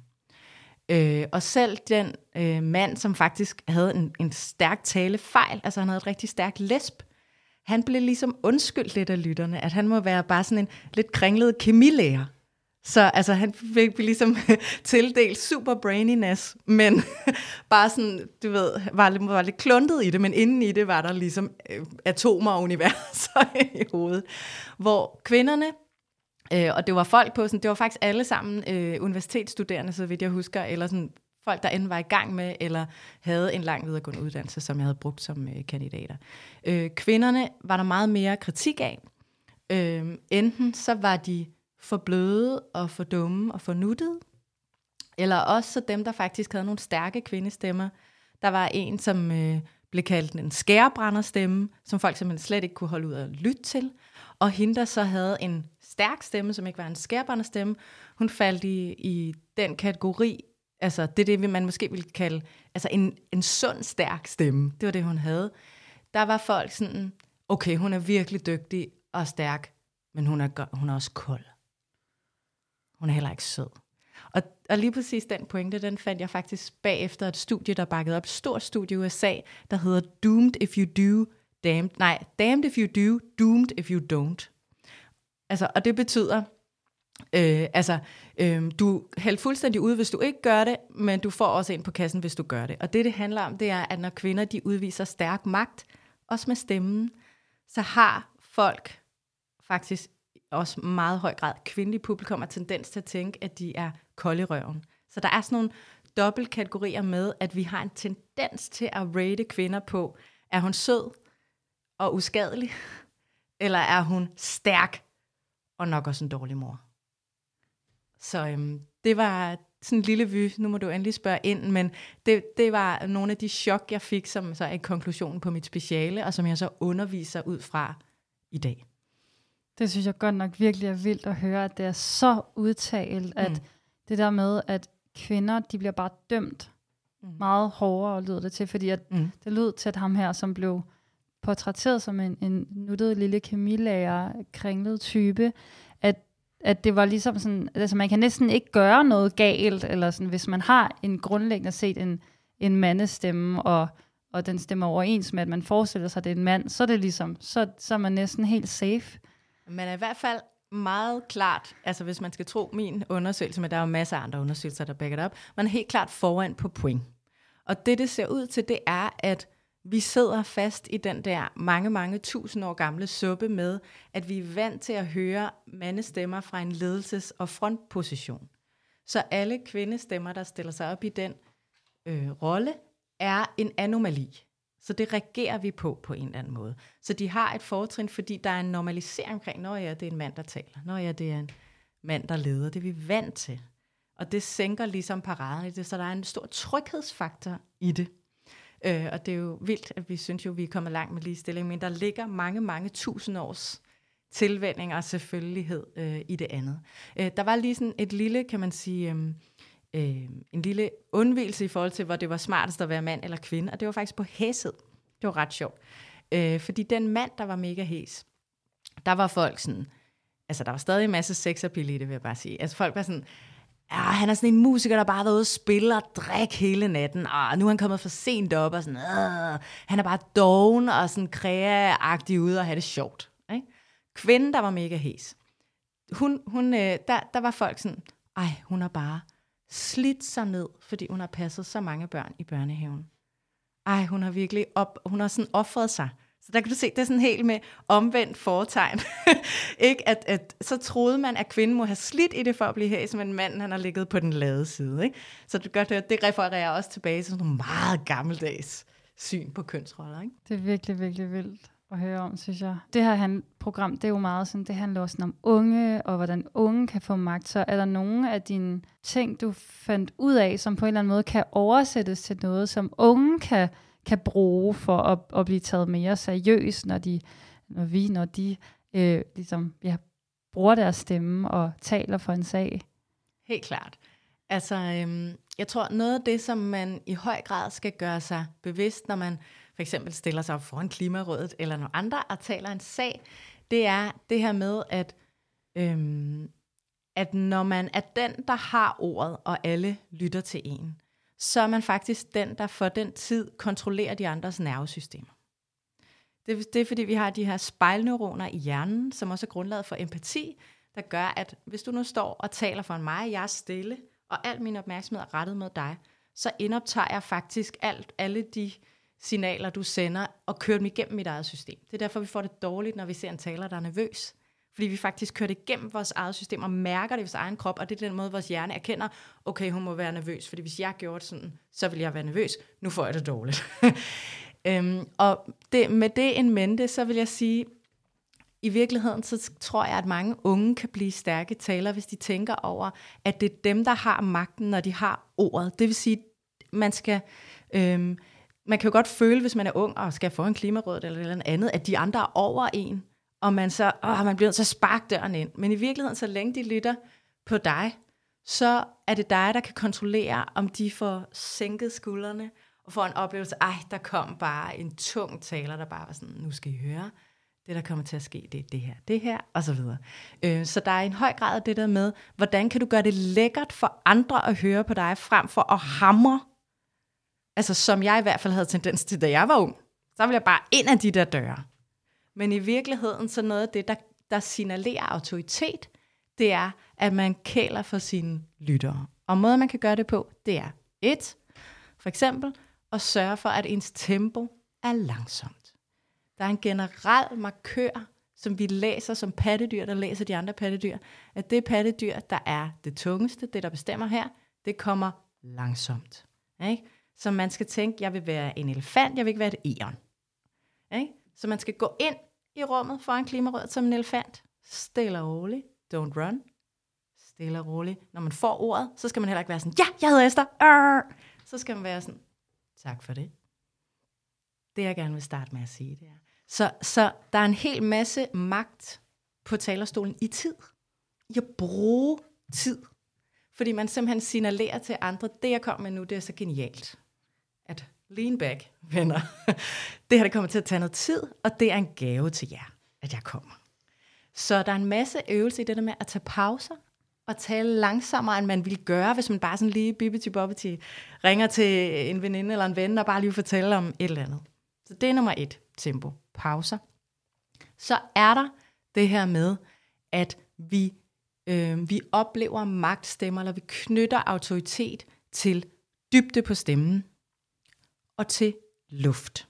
Øh, og selv den øh, mand, som faktisk havde en, en stærk talefejl, altså han havde et rigtig stærkt læsp, han blev ligesom undskyldt lidt af lytterne, at han må være bare sådan en lidt kringlet kemilærer. Så altså, han fik ligesom tildelt super braininess, men bare sådan, du ved, var lidt, var lidt kluntet i det, men inden i det var der ligesom øh, atomer og universer i hovedet. Hvor kvinderne, øh, og det var folk på, sådan, det var faktisk alle sammen øh, universitetsstuderende, så vidt jeg husker, eller sådan folk, der enten var i gang med, eller havde en lang videregående uddannelse, som jeg havde brugt som øh, kandidater. Øh, kvinderne var der meget mere kritik af. Øh, enten så var de for bløde og for dumme og for nuttede, eller også så dem, der faktisk havde nogle stærke kvindestemmer. Der var en, som øh, blev kaldt en skærebrænderstemme, som folk simpelthen slet ikke kunne holde ud at lytte til, og hende, der så havde en stærk stemme, som ikke var en skærebrænderstemme, hun faldt i, i den kategori, altså det er det, man måske ville kalde altså en, en sund, stærk stemme. Det var det, hun havde. Der var folk sådan, okay, hun er virkelig dygtig og stærk, men hun er, hun er også kold. Hun er heller ikke sød. Og, og lige præcis den pointe, den fandt jeg faktisk bagefter et studie, der bakkede op. Et stort studie i U S A, der hedder Doomed if you do, damned, nej, damned if you do, doomed if you don't. Altså, og det betyder, øh, altså, øh, du hælder fuldstændig ud, hvis du ikke gør det, men du får også ind på kassen, hvis du gør det. Og det, det handler om, det er, at når kvinder, de udviser stærk magt, også med stemmen, så har folk faktisk også meget høj grad kvindelige publikum har tendens til at tænke, at de er kolde i røven. Så der er sådan nogle dobbeltkategorier med, at vi har en tendens til at rate kvinder på, er hun sød og uskadelig, eller er hun stærk og nok også en dårlig mor. Så øhm, det var sådan en lille vy, nu må du endelig spørge ind, men det, det var nogle af de chok, jeg fik, som så er konklusionen på mit speciale, og som jeg så underviser ud fra i dag. Det synes jeg godt nok virkelig er vildt at høre, at det er så udtalt, at mm. det der med, at kvinder, de bliver bare dømt mm. meget hårdere, lyder det til, fordi at mm. det lød til, at ham her, som blev portrætteret som en, en nuttet lille kemilærer, kringlet type, at, at det var ligesom sådan, altså man kan næsten ikke gøre noget galt, eller sådan, hvis man har en grundlæggende set en, en mandestemme, og, og den stemmer overens med, at man forestiller sig, at det er en mand, så er det ligesom, så, så er man næsten helt safe. Man er i hvert fald meget klart, altså hvis man skal tro min undersøgelse, men der er jo masser af andre undersøgelser, der backer det op, man er helt klart foran på point. Og det, det ser ud til, det er, at vi sidder fast i den der mange, mange tusind år gamle suppe med, at vi er vant til at høre mandestemmer fra en ledelses- og frontposition. Så alle kvindestemmer, der stiller sig op i den øh, rolle, er en anomali. Så det reagerer vi på på en eller anden måde. Så de har et fortrin, fordi der er en normalisering omkring, når ja, det er en mand, der taler. Når ja, det er en mand, der leder. Det er vi vant til. Og det sænker ligesom paraden i det, så der er en stor tryghedsfaktor i det. Øh, og det er jo vildt, at vi synes jo, vi er kommet langt med ligestilling, men der ligger mange, mange tusind års tilvænning og selvfølgelighed øh, i det andet. Øh, der var lige sådan et lille, kan man sige, øh, øh, en lille undvigelse i forhold til, hvor det var smartest at være mand eller kvinde, og det var faktisk på hæshed. Det var ret sjovt. Øh, fordi den mand, der var mega hæs, der var folk sådan, altså der var stadig en masse sexappeal i det, vil jeg bare sige. Altså folk var sådan, ja, han er sådan en musiker, der bare har været ude og spille og drikke hele natten, og nu er han kommet for sent op, og sådan, øh, han er bare doven og sådan kreaagtig ude og have det sjovt. Ikke? Kvinden, der var mega hæs, hun, hun, øh, der, der var folk sådan, ej, hun har bare slidt sig ned, fordi hun har passet så mange børn i børnehaven. Ej, hun har virkelig op, hun har sådan offret sig. Så der kan du se, det er sådan helt med omvendt foretegn. Ikke? At, at, så troede man, at kvinden må have slidt i det for at blive hæs, men manden han har ligget på den lade side. Ikke? Så det, gør, det, det refererer også tilbage til sådan nogle meget gammeldags syn på kønsroller. Ikke? Det er virkelig, virkelig vildt at høre om, synes jeg. Det her han, program, det er jo meget sådan, det handler også om unge, og hvordan unge kan få magt. Så er der nogle af dine ting, du fandt ud af, som på en eller anden måde kan oversættes til noget, som unge kan kan bruge for at, at blive taget mere seriøst, når de, når vi, når de øh, ligesom, ja, bruger deres stemme og taler for en sag? Helt klart. Altså, øhm, jeg tror, noget af det, som man i høj grad skal gøre sig bevidst, når man for eksempel stiller sig op foran Klimarådet eller nogle andre og taler en sag, det er det her med, at, øhm, at når man er den, der har ordet, og alle lytter til en, så er man faktisk den, der for den tid kontrollerer de andres nervesystemer. Det, det er, fordi vi har de her spejlneuroner i hjernen, som også er grundlaget for empati, der gør, at hvis du nu står og taler for mig, jeg er stille, og al min opmærksomhed er rettet mod dig, så indoptager jeg faktisk alt, alle de signaler, du sender, og kører dem igennem mit eget system. Det er derfor, vi får det dårligt, når vi ser en taler, der er nervøs. Fordi vi faktisk kører det igennem vores eget system og mærker det i vores egen krop, og det er den måde, vores hjerne erkender, okay, hun må være nervøs, fordi hvis jeg gjorde det sådan, så vil jeg være nervøs. Nu får jeg det dårligt. øhm, og det, med det en mente, så vil jeg sige, i virkeligheden, så tror jeg, at mange unge kan blive stærke talere, hvis de tænker over, at det er dem, der har magten, når de har ordet. Det vil sige, man skal... Øhm, man kan jo godt føle, hvis man er ung og skal få en klimaråd eller noget andet, at de andre er over en, og man så, åh, man bliver så spark døren ind. Men i virkeligheden, så længe de lytter på dig, så er det dig, der kan kontrollere, om de får sænket skuldrene, og får en oplevelse, ej, der kom bare en tung taler, der bare var sådan, nu skal I høre, det der kommer til at ske, det er det her, det her, og så videre. Øh, så der er en høj grad af det der med, hvordan kan du gøre det lækkert for andre at høre på dig, frem for at hamre, altså som jeg i hvert fald havde tendens til, da jeg var ung, så ville jeg bare ind af de der døre. Men i virkeligheden, så noget af det, der, der signalerer autoritet, det er, at man kæler for sine lyttere. Og måden, man kan gøre det på, det er et, for eksempel, at sørge for, at ens tempo er langsomt. Der er en generel markør, som vi læser som pattedyr, der læser de andre pattedyr, at det pattedyr, der er det tungeste, det der bestemmer her, det kommer langsomt. Ikke? Så man skal tænke, jeg vil være en elefant, jeg vil ikke være et egon. Ikke? Så man skal gå ind i rummet foran Klimarådet som en elefant. Stille og roligt. Don't run. Stille og roligt. Når man får ordet, så skal man heller ikke være sådan, ja, jeg hedder Esther. Arr! Så skal man være sådan, tak for det. Det jeg gerne vil starte med at sige, det er. Så, så der er en hel masse magt på talerstolen i tid. I at bruge tid. Fordi man simpelthen signalerer til andre, det jeg kommer med nu, det er så genialt. At lean back, venner. Det her, det kommer til at tage noget tid, og det er en gave til jer, at jeg kommer. Så der er en masse øvelse i det der med at tage pauser, og tale langsommere, end man ville gøre, hvis man bare sådan lige bibbidi-bobbidi ringer til en veninde eller en ven, og bare lige fortæller om et eller andet. Så det er nummer et, tempo, pauser. Så er der det her med, at vi, øh, vi oplever magtstemmer, eller vi knytter autoritet til dybde på stemmen, og til luft.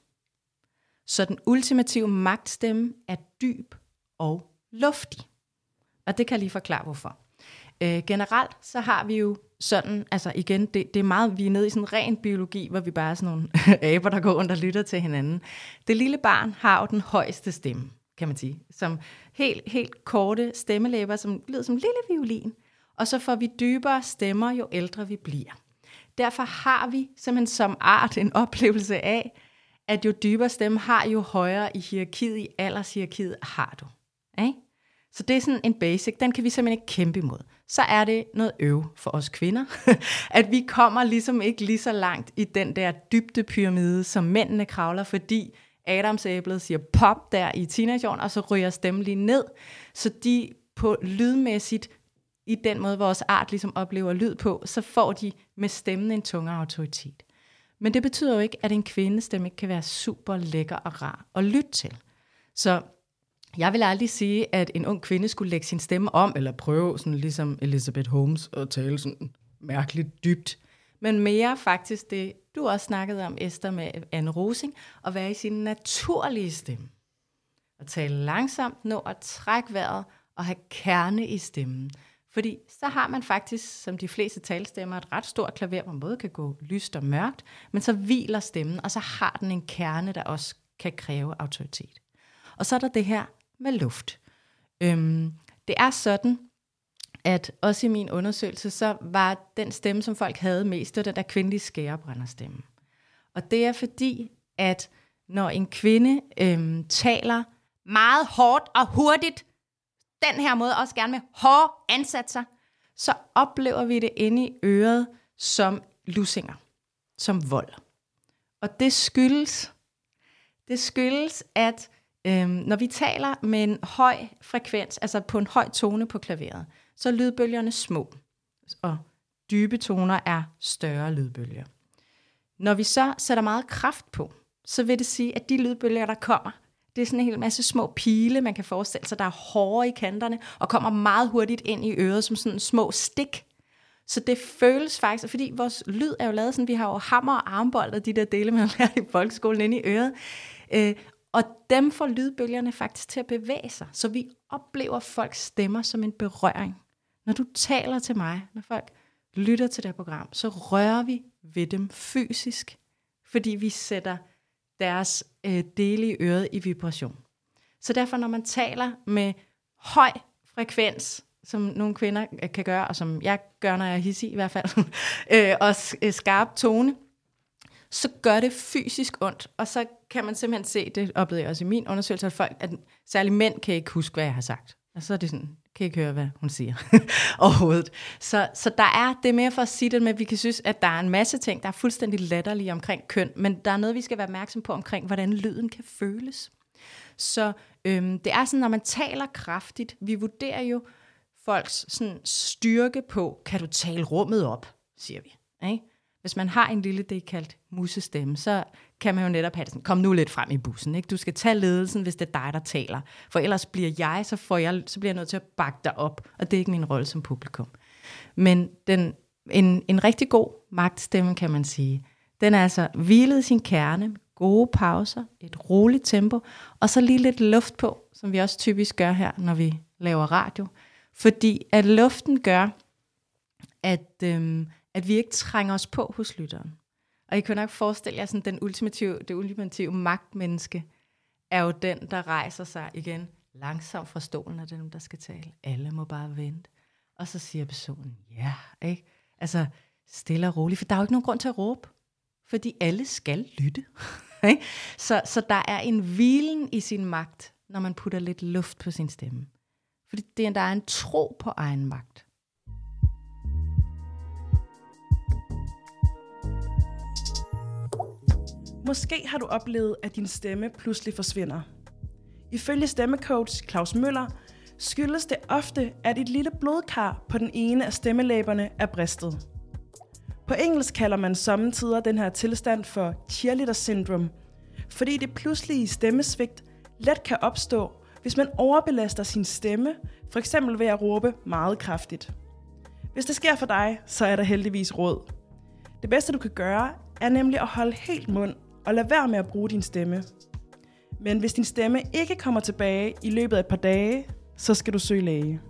Så den ultimative magtstemme er dyb og luftig. Og det kan jeg lige forklare, hvorfor. Øh, generelt, så har vi jo sådan, altså igen, det, det er meget, vi er nede i sådan ren biologi, hvor vi bare er sådan nogle aber, der går rundt og lytter til hinanden. Det lille barn har jo den højeste stemme, kan man sige. Som helt, helt korte stemmelæber, som lyder som en lille violin. Og så får vi dybere stemmer, jo ældre vi bliver. Derfor har vi simpelthen som art en oplevelse af, at jo dybere stemme har, jo højere i hierarkiet, i aldershierarkiet har du. Okay? Så det er sådan en basic, den kan vi simpelthen ikke kæmpe imod. Så er det noget øv for os kvinder, at vi kommer ligesom ikke lige så langt i den der dybdepyramide, som mændene kravler, fordi adamsæblet siger pop der i teenageåren, og så ryger stemmen lige ned, så de på lydmæssigt i den måde, vores art ligesom oplever lyd på, så får de med stemmen en tungere autoritet. Men det betyder jo ikke, at en kvindestemme ikke kan være super lækker og rar at lytte til. Så jeg vil aldrig sige, at en ung kvinde skulle lægge sin stemme om, eller prøve sådan ligesom Elizabeth Holmes at tale sådan mærkeligt dybt. Men mere faktisk det, du også snakkede om, Esther, med Anne Rosing, at være i sin naturlige stemme. At tale langsomt, nå at trække vejret og have kerne i stemmen. Fordi så har man faktisk, som de fleste talestemmer, et ret stort klaver, hvor man både kan gå lyst og mørkt, men så hviler stemmen, og så har den en kerne, der også kan kræve autoritet. Og så er der det her med luft. Øhm, det er sådan, at også i min undersøgelse, så var den stemme, som folk havde mest, det var den der kvindelige skærebrænderstemme. Og det er fordi, at når en kvinde øhm, taler meget hårdt og hurtigt, den her måde også gerne med hårde ansatser, så oplever vi det inde i øret som lussinger, som vold. Og det skyldes, det skyldes at øhm, når vi taler med en høj frekvens, altså på en høj tone på klaveret, så er lydbølgerne små, og dybe toner er større lydbølger. Når vi så sætter meget kraft på, så vil det sige, at de lydbølger, der kommer, det er sådan en hel masse små pile, man kan forestille sig, der er hårde i kanterne, og kommer meget hurtigt ind i øret som sådan små stik. Så det føles faktisk, fordi vores lyd er jo lavet sådan, vi har jo hammer og armbold og de der dele, man har lært i folkeskolen inde i øret. Øh, og dem får lydbølgerne faktisk til at bevæge sig, så vi oplever folks stemmer som en berøring. Når du taler til mig, når folk lytter til det her program, så rører vi ved dem fysisk, fordi vi sætter deres øh, dele i øret i vibration. Så derfor, når man taler med høj frekvens, som nogle kvinder kan gøre, og som jeg gør, når jeg er hissig i hvert fald, øh, og skarp tone, så gør det fysisk ondt. Og så kan man simpelthen se, det oplevede jeg også i min undersøgelse, at folk, at særligt mænd kan ikke huske, hvad jeg har sagt. Og så er det sådan, kan ikke høre, hvad hun siger overhovedet. Så, så der er det mere for at sige det med, at vi kan synes, at der er en masse ting, der er fuldstændig latterlige omkring køn, men der er noget, vi skal være opmærksom på omkring, hvordan lyden kan føles. Så øhm, det er sådan, når man taler kraftigt, vi vurderer jo folks sådan, styrke på, kan du tale rummet op, siger vi. Ikke? Hvis man har en lille, det er kaldt musestemme, så kan man jo netop have det sådan, kom nu lidt frem i bussen, ikke? Du skal tage ledelsen, hvis det er dig, der taler. For ellers bliver jeg, så, får jeg, så bliver jeg nødt til at bakke dig op, og det er ikke min rolle som publikum. Men den, en, en rigtig god magtstemme, kan man sige, den er altså hvilet sin kerne, gode pauser, et roligt tempo, og så lige lidt luft på, som vi også typisk gør her, når vi laver radio. Fordi at luften gør, at, øhm, at vi ikke trænger os på hos lytteren. Og I kan nok forestille jer, sådan den ultimative, det ultimative magtmenneske er jo den, der rejser sig igen langsomt fra stolen af dem, der skal tale. Alle må bare vente. Og så siger personen, ja, ikke? Altså stille og roligt, for der er jo ikke nogen grund til at råbe, fordi alle skal lytte. Ikke? Så, så der er en hvilen i sin magt, når man putter lidt luft på sin stemme. Fordi det, der er en tro på egen magt. Måske har du oplevet, at din stemme pludselig forsvinder. Ifølge stemmecoach Claus Møller skyldes det ofte, at et lille blodkar på den ene af stemmelæberne er bristet. På engelsk kalder man sommetider den her tilstand for cheerleader syndrome, fordi det pludselige stemmesvigt let kan opstå, hvis man overbelaster sin stemme, for eksempel ved at råbe meget kraftigt. Hvis det sker for dig, så er der heldigvis råd. Det bedste du kan gøre, er nemlig at holde helt mund og lade være med at bruge din stemme. Men hvis din stemme ikke kommer tilbage i løbet af et par dage, så skal du søge læge.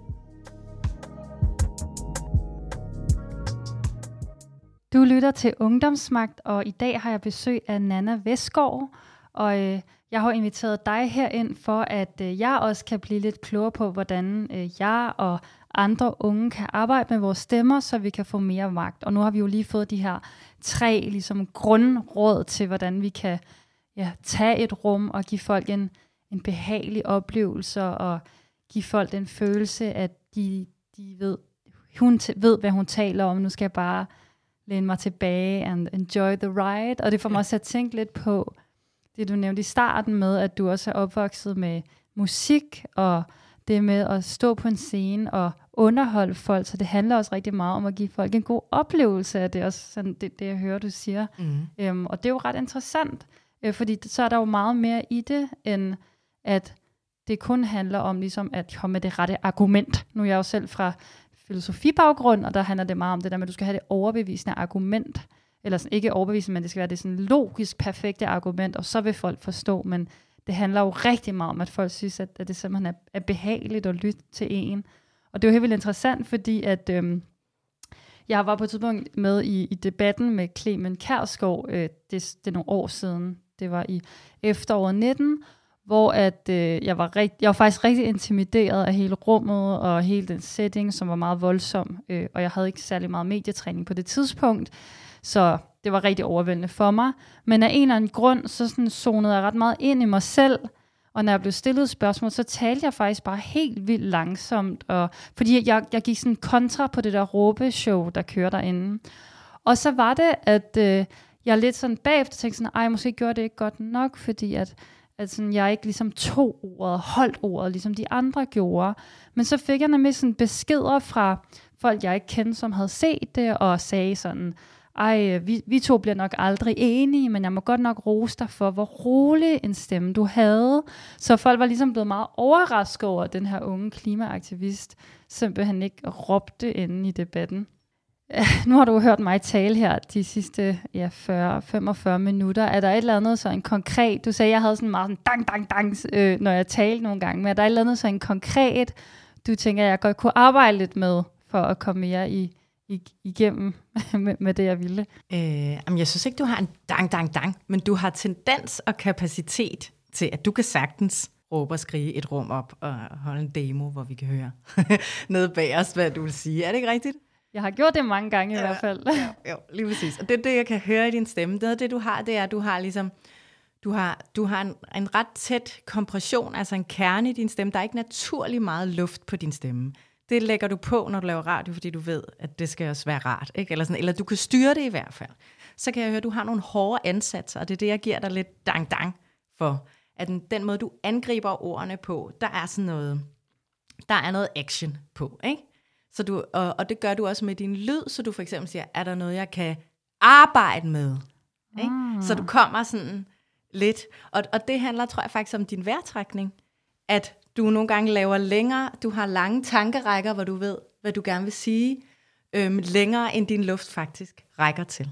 Du lytter til Ungdomsmagt, og i dag har jeg besøg af Nanna Vestgaard, og øh, jeg har inviteret dig herind for, at øh, jeg også kan blive lidt klogere på, hvordan øh, jeg og andre unge kan arbejde med vores stemmer, så vi kan få mere magt. Og nu har vi jo lige fået de her tre ligesom, grundråd til, hvordan vi kan ja, tage et rum og give folk en, en behagelig oplevelse, og give folk den følelse, at de, de ved, hun t- ved, hvad hun taler om. Nu skal jeg bare læne mig tilbage and enjoy the ride. Og det får mig også at tænke lidt på det, du nævnte i starten med, at du også er opvokset med musik, og det med at stå på en scene og underholde folk, så det handler også rigtig meget om at give folk en god oplevelse af det, også sådan det, det jeg hører, du siger. Mm. Øhm, og det er jo ret interessant, øh, fordi så er der jo meget mere i det, end at det kun handler om ligesom at komme med det rette argument. Nu er jeg jo selv fra filosofibaggrund, og der handler det meget om det der med, at du skal have det overbevisende argument, eller sådan, ikke overbevisende, men det skal være det sådan logisk perfekte argument, og så vil folk forstå, men det handler jo rigtig meget om, at folk synes, at, at det simpelthen er, er behageligt at lytte til en. Og det er jo helt vildt interessant, fordi at øhm, jeg var på et tidspunkt med i, i debatten med Clement Kjærsgaard, øh, det, det er nogle år siden, det var i efteråret nitten, hvor at, øh, jeg, var rigt, jeg var faktisk rigtig intimideret af hele rummet, og hele den setting, som var meget voldsom, øh, og jeg havde ikke særlig meget medietræning på det tidspunkt, så det var rigtig overvældende for mig. Men af en eller anden grund, så sådan zonede jeg ret meget ind i mig selv, og når jeg blev stillet spørgsmål, så talte jeg faktisk bare helt vildt langsomt, og, fordi jeg, jeg gik sådan kontra på det der råbeshow, der kører derinde. Og så var det, at øh, jeg lidt sådan bagefter tænkte sådan, ej, måske gjorde det ikke godt nok, fordi at, at sådan, jeg ikke ligesom tog ordet, holdt ordet, ligesom de andre gjorde. Men så fik jeg nemlig sådan beskeder fra folk, jeg ikke kendte, som havde set det, og sagde sådan, ej, vi, vi to bliver nok aldrig enige, men jeg må godt nok rose dig for, hvor rolig en stemme du havde. Så folk var ligesom blevet meget overrasket over, at den her unge klimaaktivist simpelthen ikke råbte inde i debatten. Nu har du hørt mig tale her de sidste ja, fyrre til femogfyrre minutter. Er der et eller andet så en konkret, du sagde, jeg havde sådan meget sådan dang, dang, dang, øh, når jeg talte nogle gange, men er der et eller andet så en konkret, du tænker, jeg godt kunne arbejde lidt med, for at komme mere i igennem med, med det, jeg ville? Øh, jamen, jeg synes ikke, du har en dang, dang, dang, men du har tendens og kapacitet til, at du kan sagtens råbe og skrige et rum op og holde en demo, hvor vi kan høre nede bag os, hvad du vil sige. Er det ikke rigtigt? Jeg har gjort det mange gange i ja, hvert fald. Ja, jo, lige præcis. Og det er det, jeg kan høre i din stemme. Det er det, du har, det er, at du har ligesom, du har, du har en, en ret tæt kompression, altså en kerne i din stemme. Der er ikke naturlig meget luft på din stemme. Det lægger du på, når du laver radio, fordi du ved, at det skal også være rart. Ikke? Eller, sådan, eller du kan styre det i hvert fald. Så kan jeg høre, at du har nogle hårde ansatser, og det er det, jeg giver dig lidt dang-dang for. At den, den måde, du angriber ordene på, der er sådan noget, der er noget action på. Ikke? Så du, og, og det gør du også med din lyd, så du for eksempel siger, er der noget, jeg kan arbejde med? Ikke? Ah. Så du kommer sådan lidt, og, og det handler, tror jeg faktisk, om din vejrtrækning, at du nogle gange laver længere, du har lange tankerækker, hvor du ved, hvad du gerne vil sige, øhm, længere end din luft faktisk rækker til.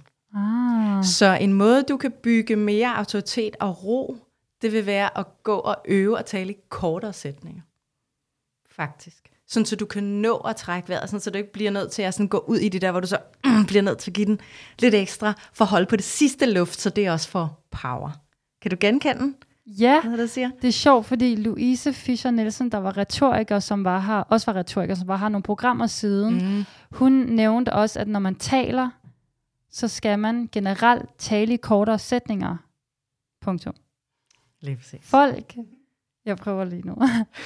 Ah. Så en måde, du kan bygge mere autoritet og ro, det vil være at gå og øve og tale i kortere sætninger. Faktisk. Sådan, så du kan nå at trække vejret, sådan, så du ikke bliver nødt til at sådan, gå ud i det der, hvor du så mm, bliver nødt til at give den lidt ekstra, for at holde på det sidste luft, så det er også for power. Kan du genkende den? Ja, det er sjovt, fordi Louise Fischer Nielsen, der var retoriker, som var her, også var retoriker, som var her nogle programmer siden, mm. hun nævnte også, at når man taler, så skal man generelt tale i kortere sætninger. Punktum. Lige præcis. Folk, jeg prøver lige nu,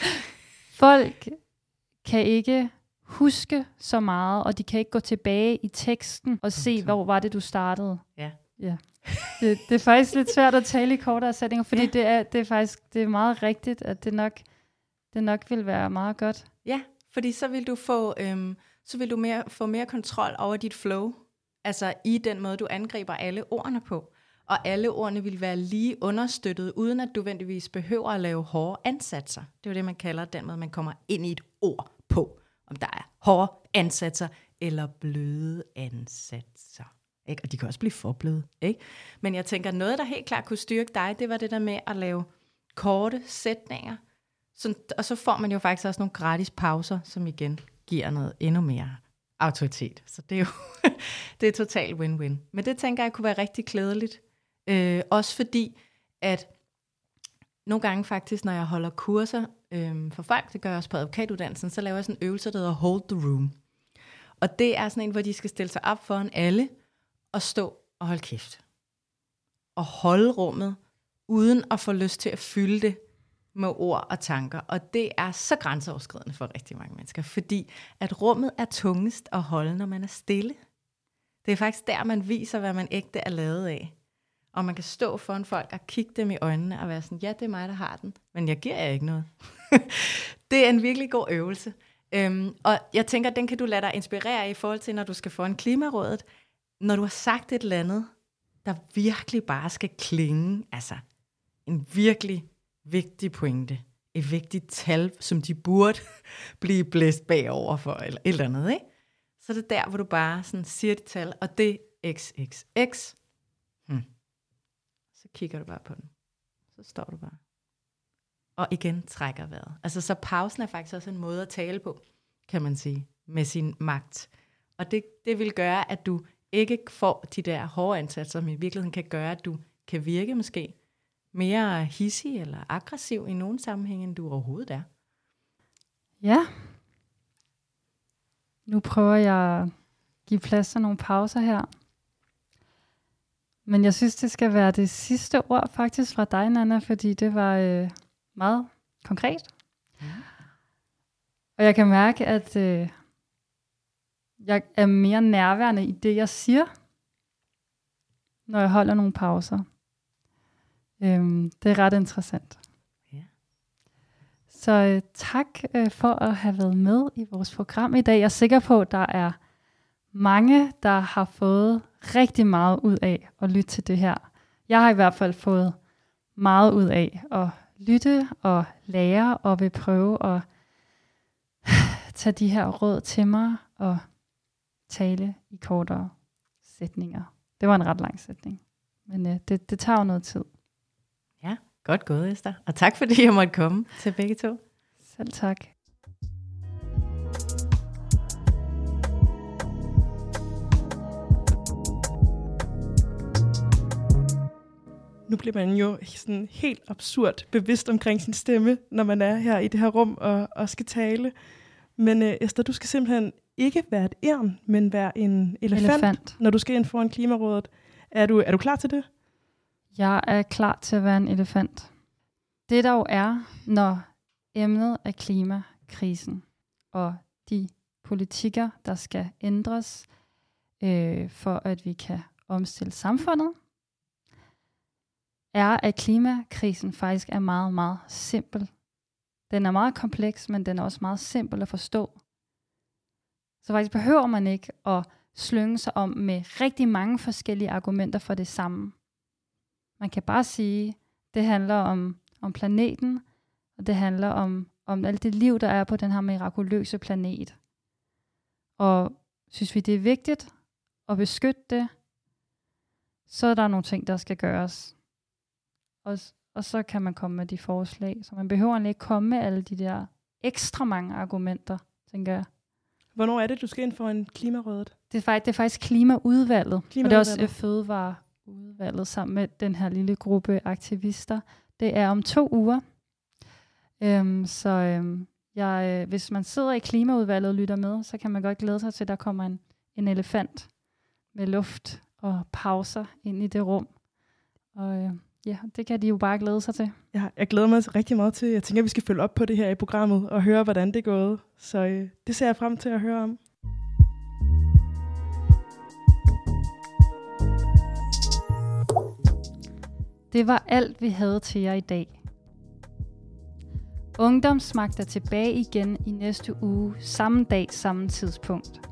folk kan ikke huske så meget, og de kan ikke gå tilbage i teksten og Punktum. Se, hvor var det, du startede. Ja. Ja. Det, det er faktisk lidt svært at tale i kortere sætninger, fordi ja. det, er, det er faktisk det er meget rigtigt, at det nok, det nok vil være meget godt. Ja, fordi så vil du få, øhm, så vil du mere, få mere kontrol over dit flow, altså i den måde, du angriber alle ordene på. Og alle ordene vil være lige understøttet, uden at du nødvendigvis behøver at lave hårde ansatser. Det er jo det, man kalder den måde, man kommer ind i et ord på. Om der er hårde ansatser eller bløde ansatser. Ikke? Og de kan også blive for bløde. Ikke? Men jeg tænker, noget, der helt klart kunne styrke dig, det var det der med at lave korte sætninger. Så, og så får man jo faktisk også nogle gratis pauser, som igen giver noget endnu mere autoritet. Så det er jo det er totalt win-win. Men det tænker jeg kunne være rigtig klædeligt. Øh, også fordi, at nogle gange faktisk, når jeg holder kurser øh, for folk, det gør jeg også på advokatuddannelsen, så laver jeg sådan en øvelse, der hedder Hold the Room. Og det er sådan en, hvor de skal stille sig op foran alle, og stå og holde kæft. Og holde rummet, uden at få lyst til at fylde det med ord og tanker. Og det er så grænseoverskridende for rigtig mange mennesker, fordi at rummet er tungest at holde, når man er stille. Det er faktisk der, man viser, hvad man ægte er lavet af. Og man kan stå foran folk og kigge dem i øjnene og være sådan, ja, det er mig, der har den, men jeg giver jer ikke noget. Det er en virkelig god øvelse. Øhm, og jeg tænker, den kan du lade dig inspirere i forhold til, når du skal få en Klimarådet. Når du har sagt et eller andet, der virkelig bare skal klinge, altså en virkelig vigtig pointe, et vigtigt tal, som de burde blive blæst bagover for, eller et eller andet, ikke? Så det er der, hvor du bare sådan siger dit tal, og det er x x x. Hmm. Så kigger du bare på den. Så står du bare. Og igen trækker vejret. Altså, så pausen er faktisk også en måde at tale på, kan man sige, med sin magt. Og det, det vil gøre, at du ikke får de der hårde indsatser, som i virkeligheden kan gøre, at du kan virke måske mere hissig eller aggressiv i nogle sammenhænge, end du overhovedet er. Ja. Nu prøver jeg at give plads til nogle pauser her. Men jeg synes, det skal være det sidste ord faktisk fra dig, Nanna, fordi det var øh, meget konkret. Mm. Og jeg kan mærke, at øh, jeg er mere nærværende i det, jeg siger, når jeg holder nogle pauser. Øhm, det er ret interessant. Yeah. Så øh, tak øh, for at have været med i vores program i dag. Jeg er sikker på, at der er mange, der har fået rigtig meget ud af at lytte til det her. Jeg har i hvert fald fået meget ud af at lytte og lære, og vil prøve at tage de her råd til mig og tale i kortere sætninger. Det var en ret lang sætning, men øh, det, det tager jo noget tid. Ja, godt gået, Esther. Og tak fordi jeg måtte komme til begge to. Selv tak. Nu bliver man jo sådan helt absurd bevidst omkring sin stemme, når man er her i det her rum og, og skal tale. Men uh, Esther, du skal simpelthen ikke være et ærn, men være en elefant, elefant, når du skal ind foran Klimarådet. Er du, er du klar til det? Jeg er klar til at være en elefant. Det der jo er, når emnet er klimakrisen og de politikker, der skal ændres, øh, for at vi kan omstille samfundet, er, at klimakrisen faktisk er meget, meget simpel. Den er meget kompleks, men den er også meget simpel at forstå. Så faktisk behøver man ikke at slynge sig om med rigtig mange forskellige argumenter for det samme. Man kan bare sige, det handler om, om planeten, og det handler om, om alt det liv, der er på den her mirakuløse planet. Og synes vi, det er vigtigt at beskytte det, så er der nogle ting, der skal gøres. Og, og så kan man komme med de forslag. Så man behøver ikke komme med alle de der ekstra mange argumenter, tænker jeg. Hvornår er det, du skal ind for en Klimarådet? Det er faktisk, det er faktisk klimaudvalget. klimaudvalget. Og det er også fødevareudvalget sammen med den her lille gruppe aktivister. Det er om to uger. Øhm, så øhm, jeg, hvis man sidder i klimaudvalget og lytter med, så kan man godt glæde sig til, at der kommer en, en elefant med luft og pauser ind i det rum. Og øh, ja, det kan de jo bare glæde sig til. Ja, jeg glæder mig rigtig meget til. Jeg tænker, at vi skal følge op på det her i programmet og høre, hvordan det er gået. Så øh, det ser jeg frem til at høre om. Det var alt, vi havde til jer i dag. Ungdomsmagt er tilbage igen i næste uge, samme dag, samme tidspunkt.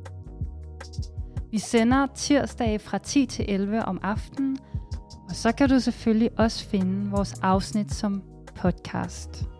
Vi sender tirsdag fra ti til elleve om aftenen, og så kan du selvfølgelig også finde vores afsnit som podcast.